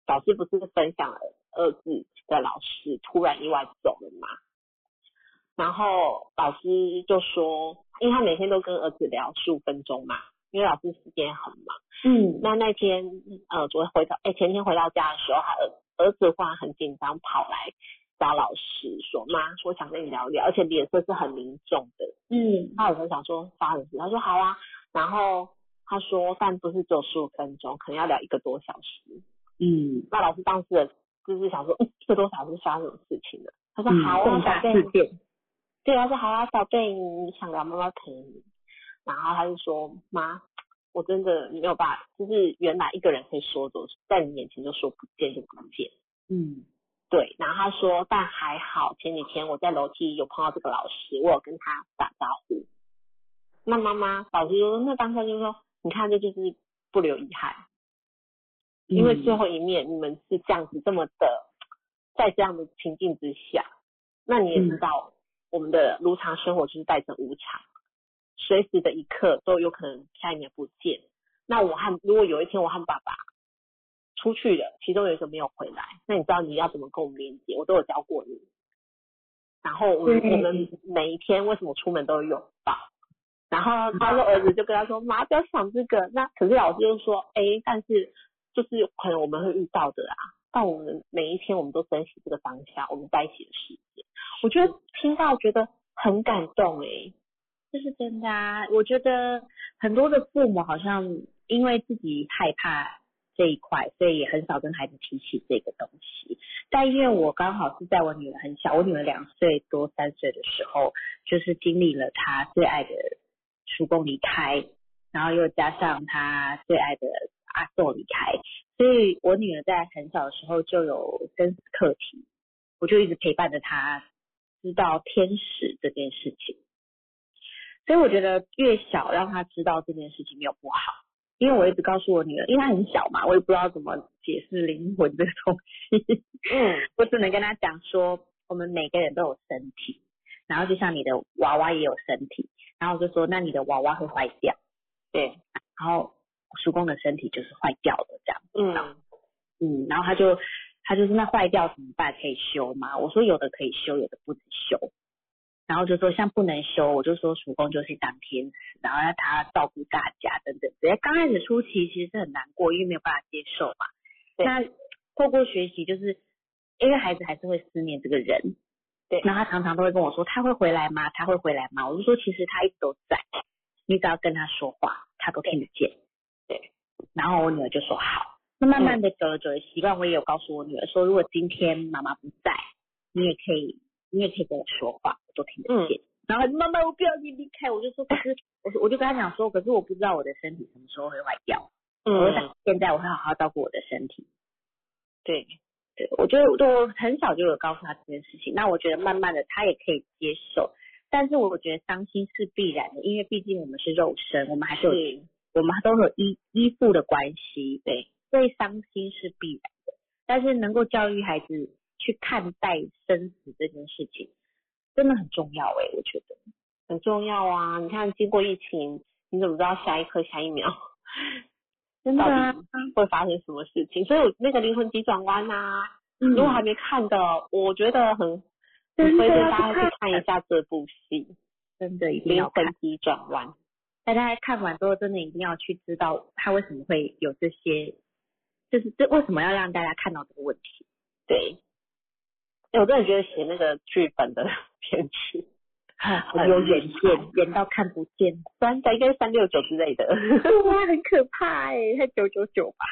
Speaker 1: 老师不是分享了儿子的老师突然意外走了嘛，然后老师就说，因为他每天都跟儿子聊15分钟嘛，因为老师时间很忙。那天前天回到家的时候，儿子忽然很紧张跑来找老师说，妈，我想跟你聊聊，而且脸色是很凝重的。他有时候想说发生什么，他说好啊，然后他说但不是只有15分钟，可能要聊1个多小时。那老师当时就是想说1个多小时发生什么事情了，他说好啊，
Speaker 2: 重大事件。
Speaker 1: 对，他说好啊，宝贝，你想聊妈妈陪你。然后他就说，妈，我真的没有办法，就是原来一个人可以说走，在你眼前就说不见就不见。对，然后他说但还好前几天我在楼梯有碰到这个老师，我有跟他打招呼。那老师就说，那当下就说，你看这就是不留遗憾。因为最后一面你们是这样子这么的，在这样的情境之下，那你也知道我们的如常生活就是带着无常，随时的一刻都有可能下一秒不见。那如果有一天我和爸爸出去了，其中有一个没有回来，那你知道你要怎么跟我们连接，我都有教过你。然后我们每一天为什么出门都有拥抱，然后他说儿子就跟他说，妈不要想这个，那可是老师就说但是就是可能我们会遇到的啊，但我们每一天我们都珍惜这个当下我们在一起的时间。我觉得听到觉得很感动
Speaker 2: 这是真的啊。我觉得很多的父母好像因为自己害怕这一块，所以也很少跟孩子提起这个东西。但因为我刚好是在我女儿很小，我女儿2岁多3岁的时候，就是经历了她最爱的叔公离开，然后又加上她最爱的阿寿离开，所以我女儿在很小的时候就有生死课题，我就一直陪伴着她，知道天使这件事情。所以我觉得越小让她知道这件事情没有不好，因为我一直告诉我女儿，因为她很小嘛，我也不知道怎么解释灵魂这个东西。我只能跟她讲说，我们每个人都有身体，然后就像你的娃娃也有身体，然后我就说那你的娃娃会坏掉，对，然后叔公的身体就是坏掉了这样。然后他就是那坏掉怎么办？可以修吗？我说有的可以修，有的不能修。然后就说像不能修，我就说叔公就是当天使，然后让他照顾大家等等。刚开始初期其实是很难过，因为没有办法接受嘛。那透过学习，就是因为孩子还是会思念这个人，对，然后他常常都会跟我说他会回来吗？他会回来吗？我就说其实他一直都在，你只要跟他说话，他都听得见。对，然后我女儿就说好。那慢慢的久了习惯，我也有告诉我女儿说，如果今天妈妈不在，你也可以跟我说话，我都听得见。然后妈妈我不要你离开，我就说可是我就跟他讲说，可是我不知道我的身体什么时候会坏掉。我想现在我会好好照顾我的身体。对，我觉得我很小就有告诉他这件事情，那我觉得慢慢的他也可以接受，但是我觉得伤心是必然的，因为毕竟我们是肉身，我们还是我们都有依附的关系，对，所以伤心是必然的。但是能够教育孩子去看待生死这件事情，真的很重要我觉得
Speaker 1: 很重要啊。你看经过疫情，你怎么知道下一刻下一秒
Speaker 2: 真的啊
Speaker 1: 会发生什么事情？所以那个灵魂急转弯啊，如果还没看的，我觉得很推荐大家去看一下这部戏，
Speaker 2: 真的一定要看
Speaker 1: 灵魂急转弯。
Speaker 2: 大家看完之后，真的一定要去知道他为什么会有这些，就是这为什么要让大家看到这个问题。
Speaker 1: 对，我真的觉得写那个剧本的编剧
Speaker 2: 很有远见，远到看不见，
Speaker 1: 应该是369之类的。
Speaker 2: 哇，很可怕才999吧。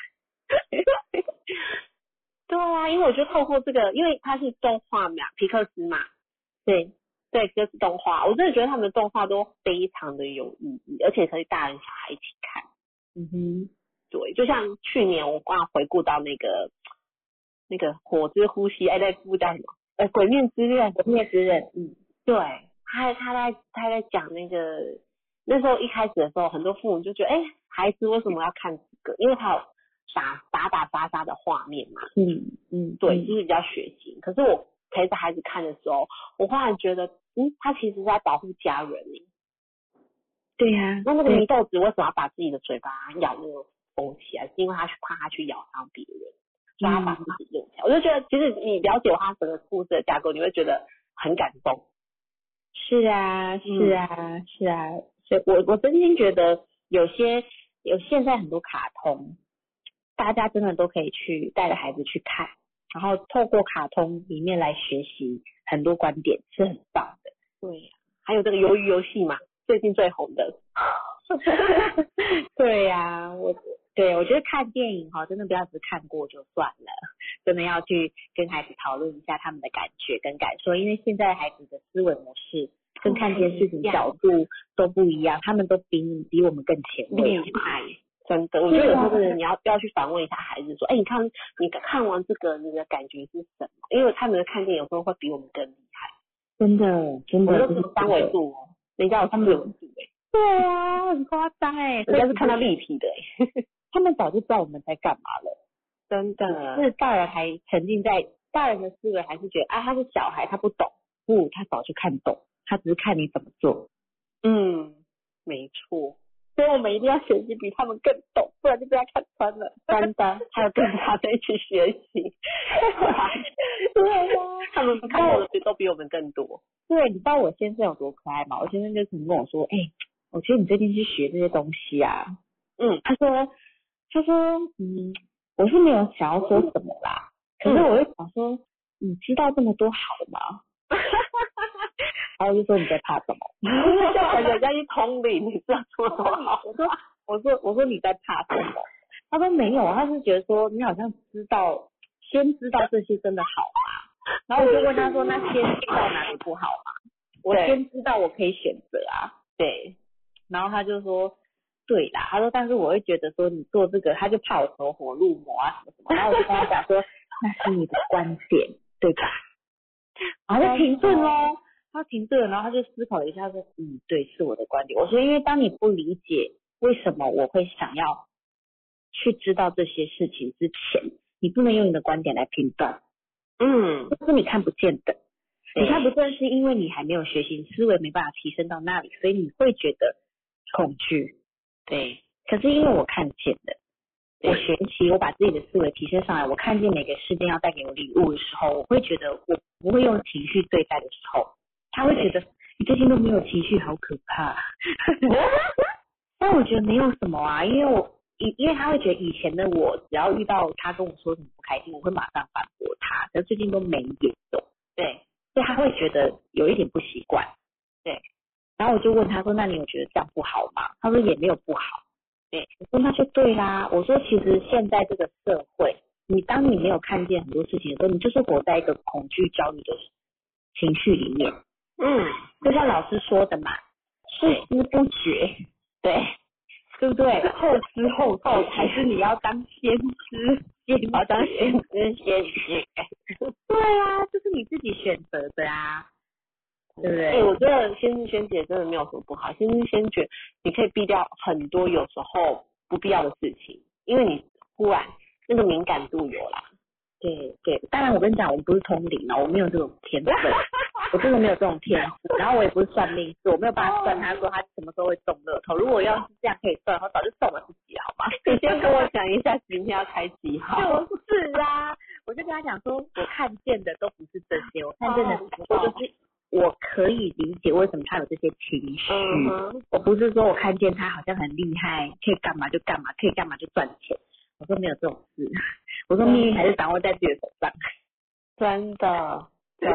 Speaker 1: 对啊，因为我觉得透过这个，因为它是动画嘛，皮克斯嘛，对，就是动画，我真的觉得他们的动画都非常的有意义，而且可以大人小孩一起看。对，就像去年我刚回顾到那个火之呼吸，那部叫什么？鬼灭之刃。对，他在讲那个，那时候一开始的时候，很多父母就觉得，孩子为什么要看这个？因为他有打杀的画面嘛。对，就是比较血腥。可是我陪着孩子看的时候，我忽然觉得，他其实是在保护家人。
Speaker 2: 对呀，
Speaker 1: 那个祢豆子为什么要把自己的嘴巴咬那个封起来？是因为他怕他去咬伤别人。 叫他把自己用起来。我就觉得，其实你了解他整个故事的架构，你会觉得很感动。
Speaker 2: 是啊，是啊，是啊，所以我真心觉得有现在很多卡通，大家真的都可以去带着孩子去看，然后透过卡通里面来学习很多观点，是很棒的。
Speaker 1: 对呀，还有这个鱿鱼游戏嘛，最近最红的。
Speaker 2: 对呀，我觉得看电影真的不要只看过就算了，真的要去跟孩子讨论一下他们的感觉跟感受，因为现在孩子的思维模式跟看见事情角度都不一样，他们都比我们更前卫。
Speaker 1: 真的，我觉得有时候真的你要去反问一下孩子说，你看完这个你的感觉是什么？因为他们的看见有时候会比我们更厉害。
Speaker 2: 真的，
Speaker 1: 我们都是三维度哦，人家有四维度
Speaker 2: 对啊，很夸张人
Speaker 1: 家是看到立体的
Speaker 2: 他们早就知道我们在干嘛了。
Speaker 1: 真的，
Speaker 2: 是大人还沉浸在大人的思维，还是觉得他是小孩，他不懂。不，他早就看懂，他只是看你怎么做。
Speaker 1: 没错。所以我们一定要学习比他们更懂，不然就被他看穿了。真的，还有跟他们一起学习。对啊，他们看到的都比我们更多。
Speaker 2: 对，你知道我先生有多可爱吗？我先生就曾跟我说，我觉得你最近去学这些东西啊。他说，我是没有想要说什么啦，可是我会想说，你知道这么多好吗？然后就说你在怕什么？
Speaker 1: 叫人家去通灵，你知道这么多好？
Speaker 2: 我说你在怕什么？他说没有，他是觉得说你好像先知道这些真的好吗？然后我就问他说，那先知道哪里不好嘛？我先知道我可以选择啊。
Speaker 1: 对。
Speaker 2: 然后他就说，对啦，他说但是我会觉得说你做这个，他就怕我走火入魔啊什么。然后我就跟他讲说，那是你的观点，对吧？然后就停顿哦。他停顿了，然后他就思考了一下说，对，是我的观点。我说因为当你不理解为什么我会想要去知道这些事情之前，你不能用你的观点来评断。这是你看不见的。你看不见是因为你还没有学习，思维没办法提升到那里，所以你会觉得恐惧。
Speaker 1: 对。
Speaker 2: 可是因为我看见了，我学习，我把自己的思维提升上来，我看见每个事件要带给我礼物的时候，我会觉得我不会用情绪对待的时候，他会觉得你最近都没有情绪，好可怕。但我觉得没有什么啊，因为他会觉得以前的我，只要遇到他跟我说什么不开心，我会马上反驳他，可是最近都没有。对，所以他会觉得有一点不习惯。对，然后我就问他说，那你有觉得这样不好吗？他说也没有不好。对，我说那就对啦。我说其实现在这个社会，当你没有看见很多事情的时候，你就是活在一个恐惧焦虑的情绪里面。就像老师说的嘛，不知不觉。对不对？后知后觉，还是你要当先知，
Speaker 1: 要当先知先觉。
Speaker 2: 对啊，这是你自己选择的啊，对不对？
Speaker 1: 我觉得先知先觉真的没有什么不好，先知先觉你可以避掉很多有时候不必要的事情，因为你忽然那个敏感度有啦。
Speaker 2: 对，当然我跟你讲，我不是通灵哦，我没有这种天分，我真的没有这种天赋。然后我也不是算命师，我没有办法算他说他什么时候会中乐透。如果要是这样可以算，我早就中了自己，好吗？
Speaker 1: 你先跟我讲一下今天要开几号？
Speaker 2: 是啊，我就跟他讲说，我看见的都不是这些，我看见的就是我可以理解为什么他有这些情绪。我不是说我看见他好像很厉害，可以干嘛就干嘛，可以干嘛就赚钱。我说没有这种事，我说命运还是掌握在自己的手上。
Speaker 1: 真的。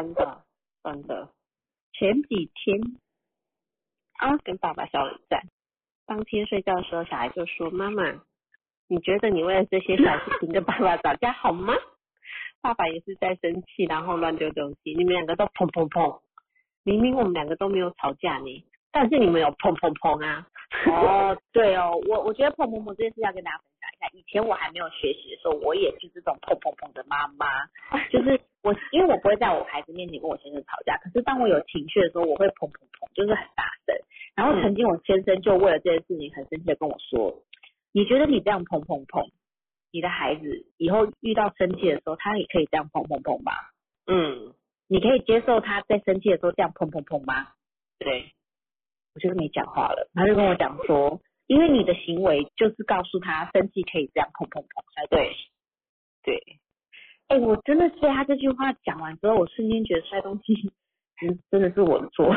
Speaker 2: 前几天
Speaker 1: 跟爸爸小冷战，当天睡觉的时候，小孩就说：“妈妈，你觉得你为了这些小事情跟爸爸吵架好吗？”爸爸也是在生气，然后乱丢东西，你们两个都砰砰砰，明明我们两个都没有吵架呢，但是你们有砰砰砰啊。
Speaker 2: 对哦，我觉得砰砰砰这件事要跟大家分享一下。以前我还没有学习的时候，我也是这种砰砰砰的妈妈，就是因为我不会在我孩子面前跟我先生吵架，可是当我有情绪的时候，我会砰砰砰，就是很大声。然后曾经我先生就为了这件事情很生气的跟我说：“你觉得你这样砰砰砰，你的孩子以后遇到生气的时候，他也可以这样砰砰砰吗？你可以接受他在生气的时候这样砰砰砰吗？”
Speaker 1: 对，
Speaker 2: 我就没讲话了。他就跟我讲说，因为你的行为就是告诉他生气可以这样砰砰砰才对。 我真的被他这句话讲完之后，我瞬间觉得摔东西真的是我的错。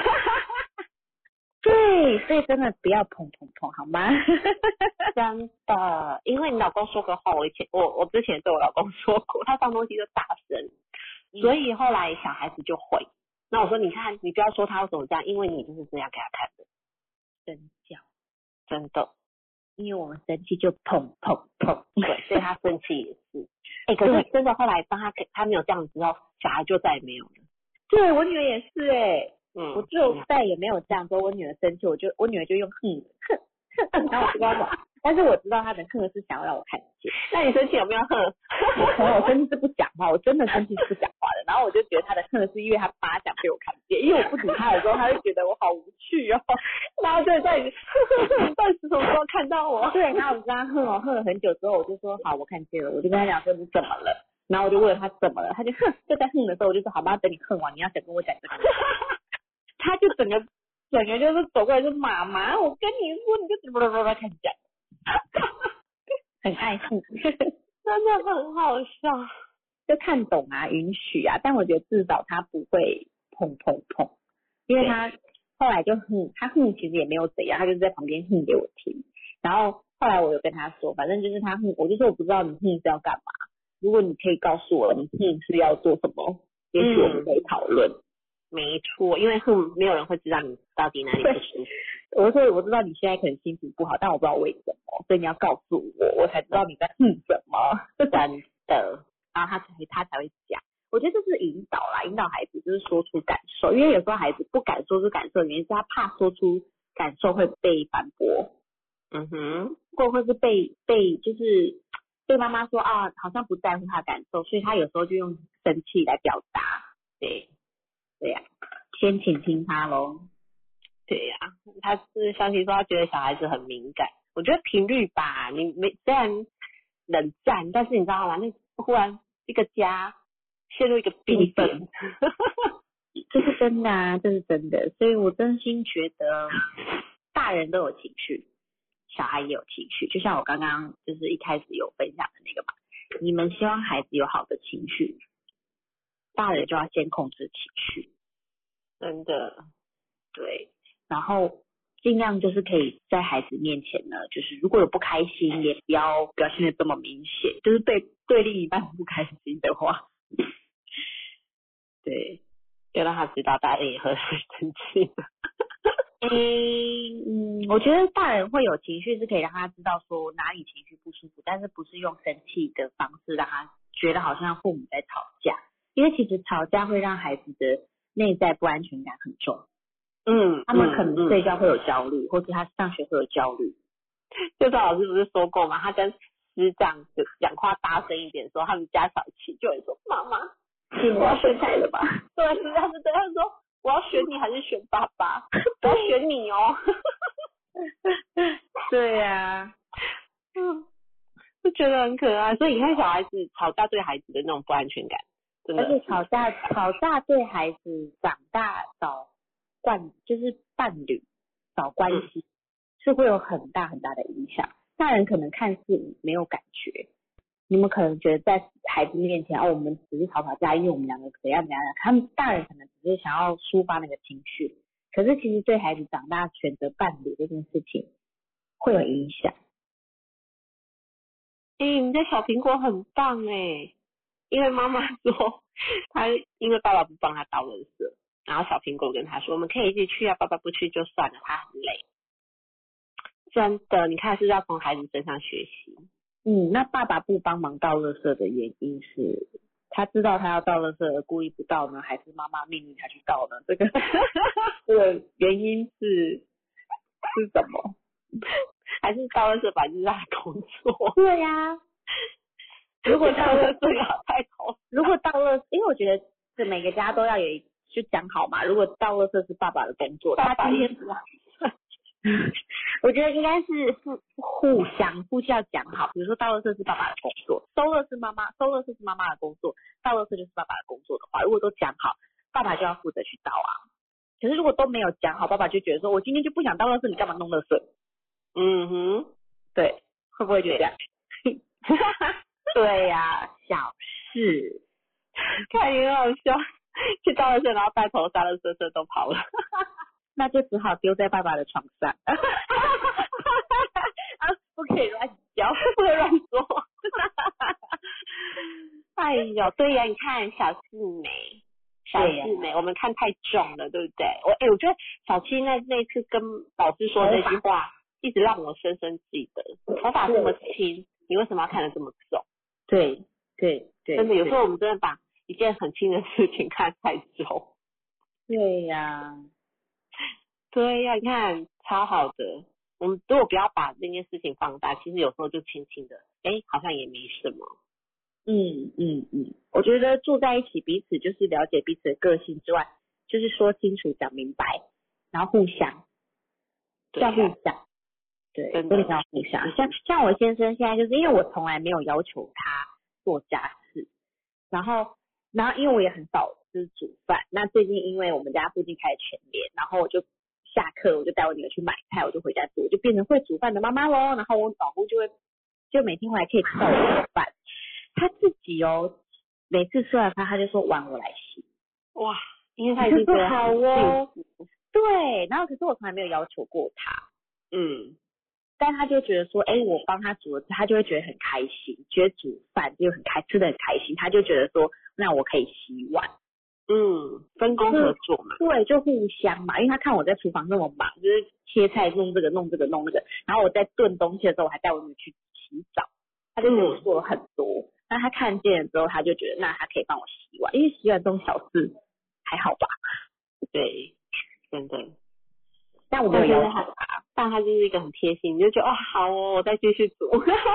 Speaker 2: 对，所以真的不要碰碰碰，好吗？
Speaker 1: 真的，因为你老公说过话，我之前对我老公说过，他放东西就大声，所以后来小孩子就会。那我说你看，你不要说他为什么这样，因为你就是这样给他看的。
Speaker 2: 身教，
Speaker 1: 真的，
Speaker 2: 因为我们生气就砰砰砰，
Speaker 1: 对，所以他生气也是。可是真的后来当他没有这样之后，小孩就再也没有了。
Speaker 2: 对我女儿也是我就再也没有这样说，我女儿生气，我女儿就用哼，然后我不知道什么，但是我知道她的哼是想要让我看见。
Speaker 1: 那你生气有没有哼？
Speaker 2: 我生气是不讲话，我真的生气是不讲话的。然后我就觉得她的哼是因为她爸想被我看见，因为我不理她的时候，她就觉得我好无趣哦。
Speaker 1: 然后就在你到底什么时候看到我？
Speaker 2: 对，然后我跟她哼了很久之后，我就说好，我看见了，我就跟她讲说你怎么了？然后我就问她怎么了，她就哼，就在哼的时候，我就说好吧，等你哼完，你要想跟我讲这个。他就整个就是走过来说妈妈，我跟你说，你就怎么开始讲，很爱护，
Speaker 1: 真的很好笑，
Speaker 2: 就看懂啊，允许啊，但我觉得至少他不会碰，因为他后来就哼，他哼其实也没有怎样，他就是在旁边哼给我听，然后后来我有跟他说，反正就是他哼，我就说我不知道你哼是要干嘛，如果你可以告诉我你哼是要做什么，也许我们可以讨论。
Speaker 1: 没错，因为没有人会知道你到底哪里不舒服。
Speaker 2: 我说我知道你现在可能心情不好，但我不知道为什么，所以你要告诉我，我才知道你在什么。
Speaker 1: 真的，
Speaker 2: 然后他才会讲。我觉得这是引导啦，引导孩子就是说出感受，因为有时候孩子不敢说出感受，原因是他怕说出感受会被反驳。或者是被就是被妈妈说啊，好像不在乎他的感受，所以他有时候就用生气来表达。对呀，先倾听他咯。
Speaker 1: 对呀，他是相信说他觉得小孩子很敏感，我觉得频率吧，你虽然冷战，但是你知道吗？那忽然一个家陷入一个冰点，
Speaker 2: 这是真的啊，这是真的，所以我真心觉得大人都有情绪，小孩也有情绪，就像我刚刚就是一开始有分享的那个嘛，你们希望孩子有好的情绪，大人就要先控制情绪，
Speaker 1: 真的，
Speaker 2: 对，然后尽量就是可以在孩子面前呢，就是如果有不开心，也不要表现的这么明显，就是对另一半不开心的话，对，
Speaker 1: 就让他知道大人也会生气。
Speaker 2: 我觉得大人会有情绪是可以让他知道说哪里情绪不舒服，但是不是用生气的方式让他觉得好像父母在吵架，因为其实吵架会让孩子的内在不安全感很重。他们可能睡觉会有焦虑，或是他上学会有焦虑。
Speaker 1: 就赵老师不是说过吗？他跟师长讲话大声一点的时候，他们家小七就会说：“妈妈，
Speaker 2: 我要生下来了吧？”
Speaker 1: 对，师长是对他说：“我要选你还是选爸爸？我要选你哦。”
Speaker 2: 对呀，
Speaker 1: 就觉得很可爱。所以你看，小孩子吵架对孩子的那种不安全感，真的。
Speaker 2: 而且吵架对孩子长大就是伴侣找关系是会有很大很大的影响。大人可能看似没有感觉，你们可能觉得在孩子面前我们只是吵架，因为我们两个怎样，他们大人可能只是想要抒发那个情绪，可是其实对孩子长大选择伴侣这件事情会有影响。
Speaker 1: 你家小苹果很棒因为妈妈说她因为爸爸不帮她倒垃圾，然后小苹果跟他说我们可以一起去啊，爸爸不去就算了，他很累。真的，你看是要从孩子身上学习。
Speaker 2: 那爸爸不帮忙倒垃圾的原因是他知道他要倒垃圾而故意不倒呢，还是妈妈命令他去倒呢？这个原因是什么？
Speaker 1: 还是倒垃圾本来就是他的工作？
Speaker 2: 对呀，如果倒垃圾
Speaker 1: 要太头，
Speaker 2: 如果倒垃圾，因为我觉得是每个家都要有就讲好嘛。如果倒垃圾是爸爸的工作，
Speaker 1: 爸爸也是。
Speaker 2: 我觉得应该是互相要讲好，比如说倒垃圾是爸爸的工作，收垃圾是妈妈的工作，倒垃圾就是爸爸的工作的话，如果都讲好，爸爸就要负责去倒啊。可是如果都没有讲好，爸爸就觉得说我今天就不想倒垃圾，你干嘛弄垃圾？对，会不会觉得这样？对呀，小是，
Speaker 1: 看也很好笑，去倒垃圾然后带头纱的色色都跑了。
Speaker 2: 那就只好丢在爸爸的床上。啊，不可以乱教，
Speaker 1: 不能乱说。哎呦，对呀，你看小四美，我们看太重了，对不对？我觉得小七那次跟老师说这句话，一直让我深深记得。头发这么轻，你为什么要看得这么重？
Speaker 2: 对，
Speaker 1: 真的有时候我们真的把一件很轻的事情看太重。
Speaker 2: 对呀，
Speaker 1: 你看超好的。我们如果不要把那件事情放大，其实有时候就轻轻的，好像也没什么。
Speaker 2: 我觉得住在一起，彼此就是了解彼此的个性之外，就是说清楚、讲明白，然后互相，要互相，对，真的要互相。像我先生现在就是因为我从来没有要求他做家事，然后因为我也很少吃煮饭，那最近因为我们家附近开全联，然后我就下课我就带我女儿去买菜，我就回家煮，我就变成会煮饭的妈妈咯。然后我老公就每天回来可以吃到我的饭。他自己每次吃完饭他就说碗我来洗。
Speaker 1: 哇，因为他已经觉得
Speaker 2: 好哦。对，然后可是我从来没有要求过他。但他就觉得说，我帮他煮了，他就会觉得很开心，觉得煮饭就吃得很开心，他就觉得说，那我可以洗碗。
Speaker 1: 分工合作嘛。
Speaker 2: 对，就互相嘛，因为他看我在厨房那么忙，就是切菜弄这个弄那个，然后我在炖东西的时候，我还带我女去洗澡，他就觉得我做了很多。那他看见了之后，他就觉得那他可以帮我洗碗，因为洗碗这种小事还好吧？
Speaker 1: 对，真的。
Speaker 2: 但我没有要求他，
Speaker 1: 但他就是一个很贴心，你就觉得好哦，我再继续煮。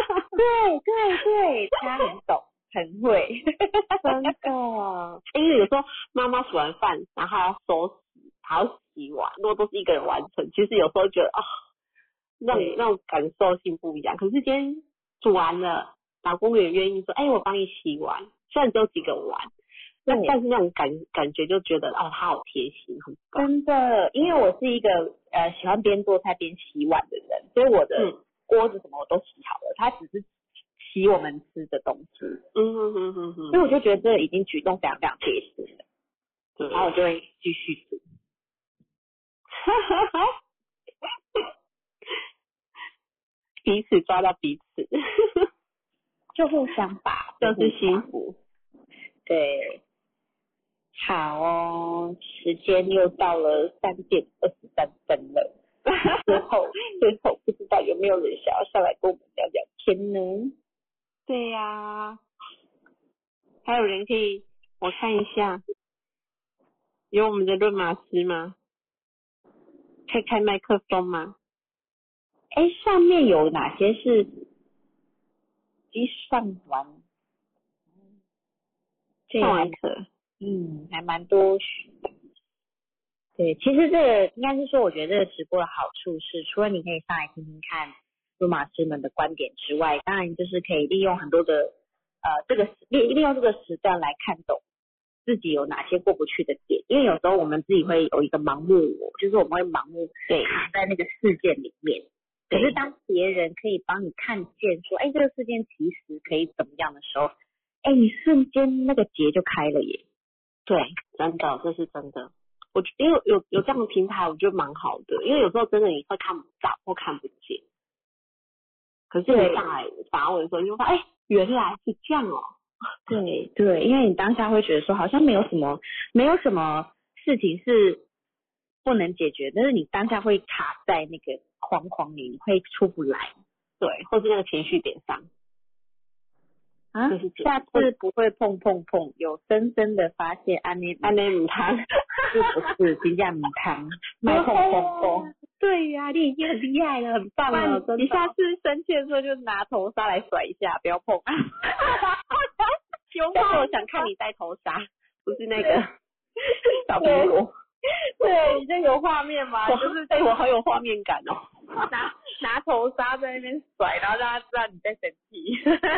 Speaker 2: 对，他很懂，很会，
Speaker 1: 真的。因为有时候妈妈煮完饭，然后还要收拾，还要洗碗，如果都是一个人完成，其实有时候觉得那种感受性不一样。可是今天煮完了，老公也愿意说，我帮你洗碗，虽然只有几个碗，但是那种感觉就觉得他好贴心，很棒。
Speaker 2: 真的，因为我是一个喜欢边做菜边洗碗的人，所以我的锅子什么我都洗好了，他只是洗我们吃的东西。所以我就觉得这已经举动非常非常贴心了。然后我就会继续煮。
Speaker 1: 彼此抓到彼此。
Speaker 2: 就互相吧，
Speaker 1: 就是幸福。
Speaker 2: 对，好哦，时间又到了3:23了。最后不知道有没有人想要上来跟我们聊聊天呢？
Speaker 1: 对呀，还有人可以，我看一下，有我们的论马师吗？可以开麦克风吗？
Speaker 2: 上面有哪些是已上完？
Speaker 1: 上完课，
Speaker 2: 还蛮多。对，其实这个应该是说，我觉得这个直播的好处是，除了你可以上来听听看罗马师们的观点之外，当然就是可以利用很多的利用这个时段来看懂自己有哪些过不去的点，因为有时候我们自己会有一个盲目就是我们会盲目卡在那个事件里面。可是当别人可以帮你看见说，这个事件其实可以怎么样的时候，你瞬间那个结就开了耶。
Speaker 1: 对，真的，这是真的。我因为有这样的平台，我觉得蛮好的，因为有时候真的你会看不到或看不见，可是你上来发问的时候，你就发现，原来是这样哦。
Speaker 2: 对，因为你当下会觉得说，好像没有什么事情是不能解决，但是你当下会卡在那个框里，你会出不来。
Speaker 1: 对，或是那个情绪点上。
Speaker 2: 下次不会碰，有深深的发现安内母汤，是不是金价母汤？买碰。对呀，你已经很厉害了，很棒了，真的。你下次生气的时候就拿头纱来甩一下，不要碰。
Speaker 1: 但是我想看你戴头纱，不是那个小苹果。
Speaker 2: 对，你就有画面嘛，就是
Speaker 1: 对我好有画面感哦。
Speaker 2: 拿头纱在那边甩，然后让他知道你在生气。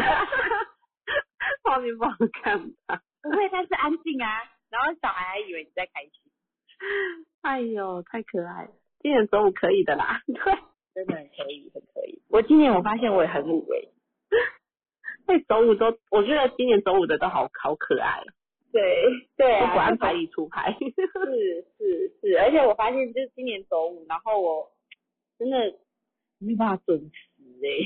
Speaker 1: 画面不好看吧？
Speaker 2: 不会，但是安静啊，然后小孩还以为你在开心。
Speaker 1: 哎呦，太可爱了！今年中午可以的啦。
Speaker 2: 对，真的很可以。我今年我发现我也很无为。
Speaker 1: 所以走舞都，我觉得今年走舞的都好可爱。
Speaker 2: 对啊，
Speaker 1: 不管安排里出牌。
Speaker 2: 是，而且我发现就是今年走舞，然后我真的没办法准时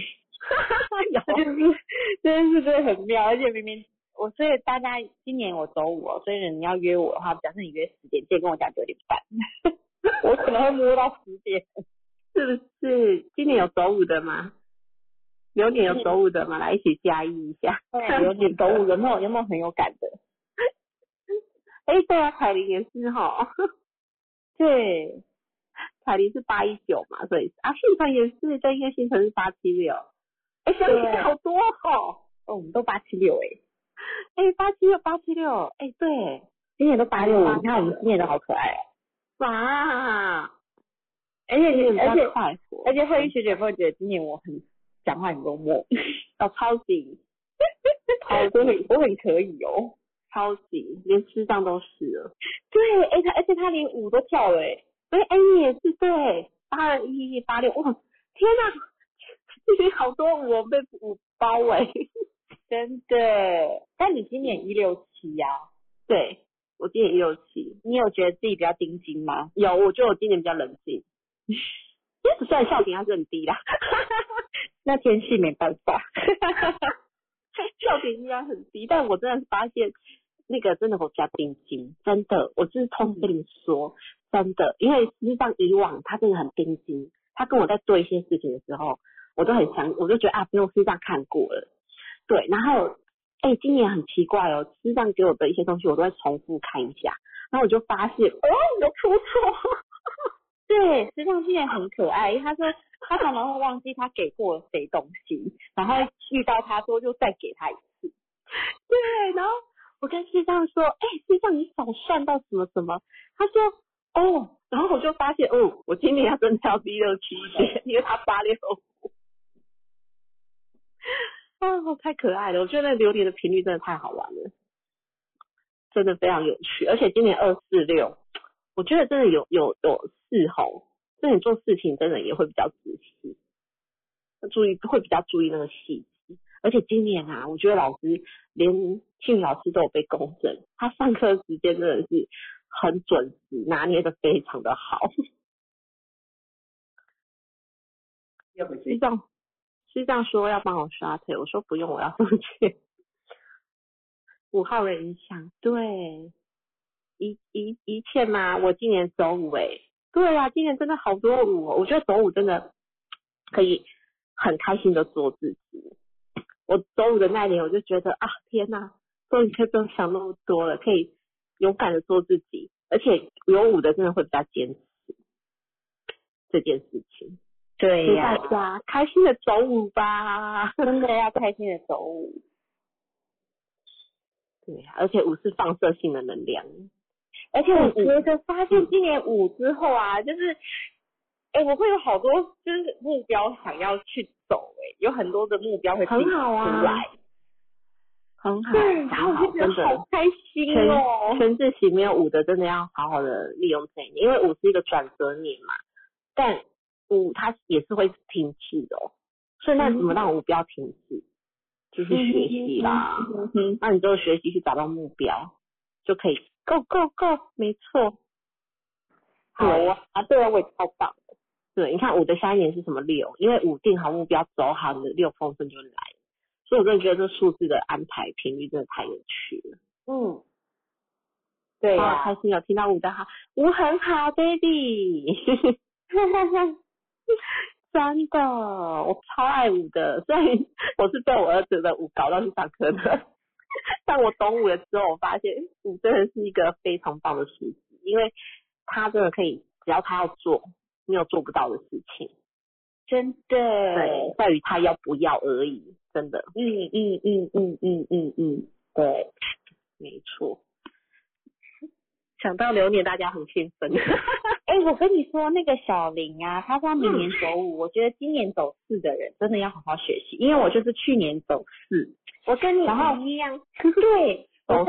Speaker 2: 真的很妙，而且明明所以大家今年我走舞所以你要约我的话，假设你约10点，记得跟我讲9点半，我可能会摸到10点。
Speaker 1: 是不是？今年有走舞的吗？流年有走舞的吗？来一起加一一下。
Speaker 2: 流年走舞有没有很有感的？
Speaker 1: 对啊，彩玲也是哈。
Speaker 2: 对，
Speaker 1: 彩玲是819嘛，所以信成也是，对，因为信成是876。相信好多
Speaker 2: 我们都876
Speaker 1: 876，对，
Speaker 2: 今年都865，你看我们今年都好可爱
Speaker 1: 哇！
Speaker 2: 而且慧玉学姐会觉得今年我讲话很幽默，
Speaker 1: 超级，
Speaker 2: 我很可以
Speaker 1: 超级，连师长都是了。
Speaker 2: 对，而且他连舞都跳了
Speaker 1: 你也是对，821、86，哇，天哪，这里好多舞被舞包围，
Speaker 2: 真的。但你今年167呀？
Speaker 1: 对，我今年167。
Speaker 2: 你有觉得自己比较丁金吗？
Speaker 1: 有，我觉得我今年比较冷静。虽然笑点还是很低啦，
Speaker 2: 那天气没办法，
Speaker 1: 笑点依然很低，但我真的是发现那个真的我比较丁金，真的，我就是偷跟你说，真的，因为实际上以往他真的很丁金，他跟我在做一些事情的时候，我都就觉得不用师长看过了，对，然后今年很奇怪师长给我的一些东西我都会重复看一下，然后我就发现有出错。
Speaker 2: 对，师长今年很可爱，他说他常常会忘记他给过了谁东西，然后遇到他说就再给他一次。
Speaker 1: 对，然后我跟师长说，师长你少算到什么什么，他说然后我就发现我今年要真的要167一点，因为他865。太可爱了，我觉得那榴莲的频率真的太好玩了，真的非常有趣，而且今年246。我觉得真的有事吼，所以你做事情真的也会比较仔细，会比较注意那个细节。而且今年我觉得老师连庆宇老师都有被公认，他上课时间真的是很准时，拿捏的非常的好。师长说要帮我刷腿，我说不用，我要付钱。5号人影响，对。一切嘛，我今年走舞对啊，今年真的好多舞我觉得走舞真的可以很开心的做自己。我走舞的那年我就觉得天哪，终于可以不用想那么多了，可以勇敢的做自己，而且有舞的真的会比较坚持这件事情。
Speaker 2: 对呀，
Speaker 1: 大家开心的走舞吧，
Speaker 2: 真的要开心的走舞。
Speaker 1: 对啊，而且舞是放射性的能量。
Speaker 2: 而且我觉得发现今年舞之后就是我会有好多就是目标想要去走有很多的目标会
Speaker 1: 很好
Speaker 2: 来，
Speaker 1: 很好，
Speaker 2: 对，然后我就觉得好开心
Speaker 1: 全自习没有舞的真的要好好的利用这一年，因为舞是一个转折年嘛，但舞它也是会停滞的所以那怎么让舞不要停滞？就是学习啦，那你就学习去找到目标就可以 go go go， 没错。
Speaker 2: 好对啊，我也超棒的。
Speaker 1: 对，你看舞的下一年是什么6？因为舞定好目标，走好你的6风顺就来了。所以我真的觉得这数字的安排频率真的太有趣了。
Speaker 2: 对呀，
Speaker 1: 好开心听到舞的好，舞很好 ，baby。真的，我超爱舞的，所以我是被我儿子的舞搞到去上课的。但我懂舞了之后，我发现舞真的是一个非常棒的事情，因为他真的可以，只要他要做，没有做不到的事情。
Speaker 2: 真的，
Speaker 1: 对，在于他要不要而已，真的。对，没错。想到流年，大家很兴奋。
Speaker 2: 我跟你说，那个小林他说他明年走舞，我觉得今年走4的人真的要好好学习，因为我就是去年走4，
Speaker 1: 我跟你一样。
Speaker 2: 对，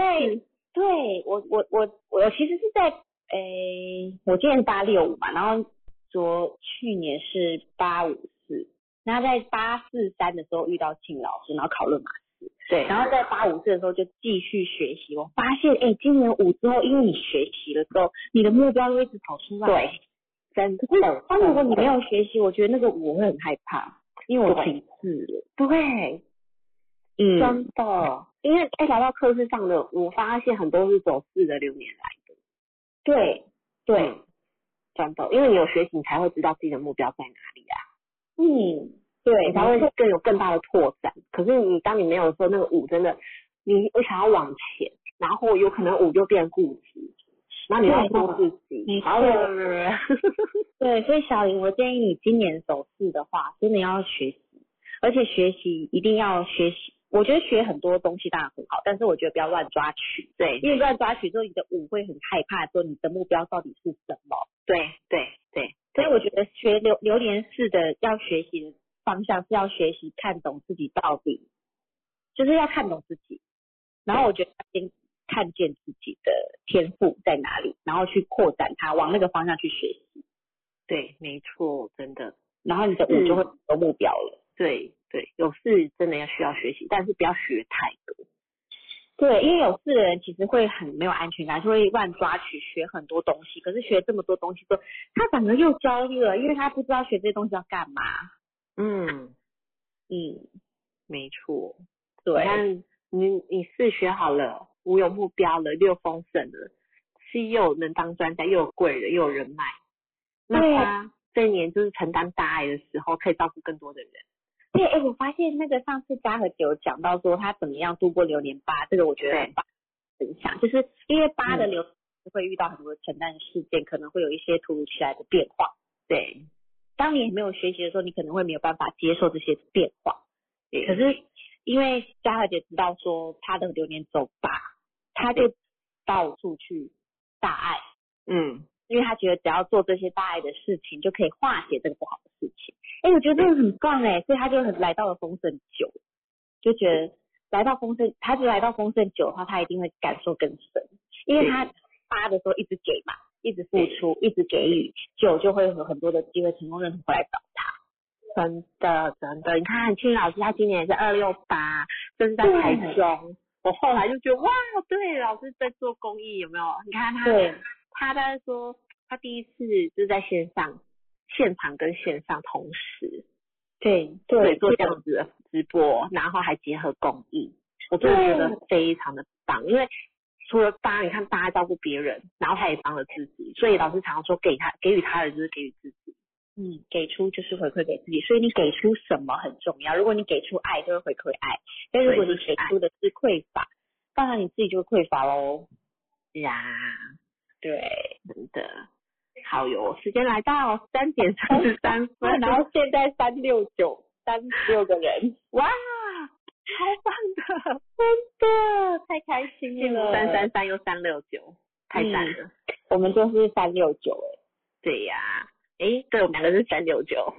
Speaker 2: 我其实是在我今年是865嘛，然后说去年是854，然后在843的时候遇到庆老师，然后考论马对，然后在8、5岁的时候就继续学习。我发现，今年5之后，因为你学习了之后，你的目标就一直跑出来。
Speaker 1: 对，真的。
Speaker 2: 但如果你没有学习，我觉得那个5会很害怕，因为我停滞了。
Speaker 1: 对，真的。因为来到课室上的，我发现很多是走4的流年来的。
Speaker 2: 对，
Speaker 1: 真的，因为你有学习，你才会知道自己的目标在哪里啊。
Speaker 2: 对，
Speaker 1: 你才会更有更大的拓展。可是当你没有的时候，那个5真的，我想要往前，然后有可能5就变固执，然后你要说自己，然后
Speaker 2: 对，所以小林，我建议你今年走4的话，真的要学习，而且学习一定要学习。我觉得学很多东西当然很好，但是我觉得不要乱抓取。对，因为乱抓取之后，你的5会很害怕，说你的目标到底是什么。
Speaker 1: 对。
Speaker 2: 所以我觉得学流年4的要学习的方向是要学习看懂自己到底，就是要看懂自己，然后我觉得要先看见自己的天赋在哪里，然后去扩展它，往那个方向去学习。
Speaker 1: 对，没错，真的。
Speaker 2: 然后你的5就会有目标了。
Speaker 1: 对，有4真的需要学习，但是不要学太多。
Speaker 2: 对，因为有4的人其实会很没有安全感，就会乱抓取学很多东西，可是学这么多东西之后，他反而又焦虑了，因为他不知道学这些东西要干嘛。
Speaker 1: 没错。
Speaker 2: 对，
Speaker 1: 你看你4学好了，5有目标了，6丰盛了，7又能当专家，又有贵人，又有人脉。那他这一年就是承担大爱的时候，可以照顾更多的人。
Speaker 2: 对，我发现那个上次嘉禾姐有讲到说他怎么样度过流年8，这个我觉得很棒分享，就是因为8的流会遇到很多承担事件，可能会有一些突如其来的变化。对，当你没有学习的时候，你可能会没有办法接受这些变化。可是因为嘉禾姐知道说他的流年走8，他就到处去大爱。因为他觉得只要做这些大爱的事情，就可以化解这个不好的事情。我觉得这个很棒所以他就来到了丰盛9，就觉得他就来到丰盛9的话，他一定会感受更深，因为他8的时候一直给嘛，一直付出，一直给予，9就会有很多的机会成功人回来找他。
Speaker 1: 真的，你看青云老师他今年也是268，就是在台中。我后来就觉得哇，对，老师在做公益有没有？你看他在说他第一次就是在现场跟线上同时，对，做这样子的直播，然后还结合公益，我真的觉得非常的棒。因为除了你看大家照顾别人，然后他也帮了自己，所以老师常常说给予他人就是给予自己。
Speaker 2: 给出就是回馈给自己，所以你给出什么很重要。如果你给出爱，就会回馈爱；但如果你给出的是匮乏，当然你自己就会匮乏咯。
Speaker 1: 是啊，
Speaker 2: 对，
Speaker 1: 真的。好哟，时间来到3点33分，
Speaker 2: 然后现在36个人，
Speaker 1: 哇，超棒的，
Speaker 2: 真的太开心了。
Speaker 1: 333又369，太赞了。
Speaker 2: 我们就是369
Speaker 1: 对呀。对，我们2个是369。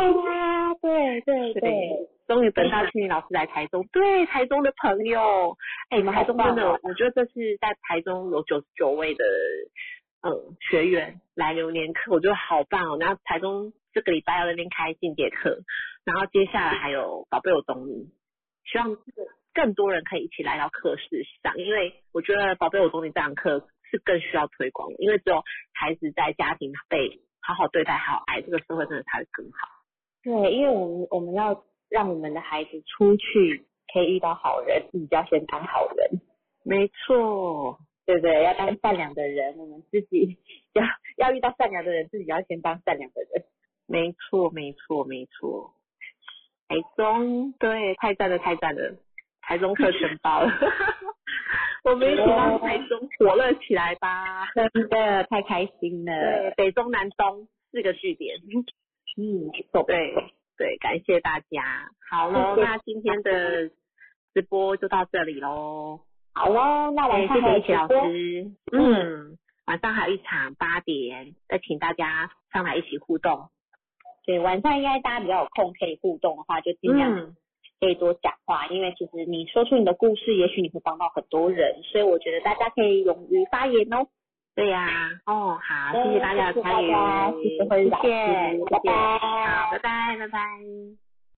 Speaker 2: 对，
Speaker 1: 终于等到青云老师来台中。对，台中的朋友，你们台中真的，我觉得这次在台中有99位的学员来流年课，我觉得好棒哦。然后台中这个礼拜要在那边开进阶课，然后接下来还有宝贝我懂你，希望更多人可以一起来到课室上，因为我觉得宝贝我懂你这堂课是更需要推广的，因为只有孩子在家庭被好好对待，好好爱，这个社会真的才会更好。
Speaker 2: 对，因为我们要让我们的孩子出去可以遇到好人，自己要先当好人。
Speaker 1: 没错，
Speaker 2: 对不对？要当善良的人，我们自己要遇到善良的人，自己要先当善良的人。
Speaker 1: 没错。台中，对，太赞了，台中课全包了。我们一起让台中火热起来吧！
Speaker 2: 真的太开心了。
Speaker 1: 对，北中南东4个据点。
Speaker 2: 没错。
Speaker 1: 对，感谢大家。好咯，那今天的直播就到这里咯。
Speaker 2: 好咯，那晚上还有
Speaker 1: 谢谢老师。晚上还有一场8点，再请大家上来一起互动。
Speaker 2: 对，晚上应该大家比较有空可以互动的话，就尽量可以多讲话，因为其实你说出你的故事，也许你会帮到很多人，所以我觉得大家可以勇于发言哦。
Speaker 1: 对呀，好，谢谢大家的参与，
Speaker 2: 谢谢，
Speaker 1: 拜拜，好，拜拜。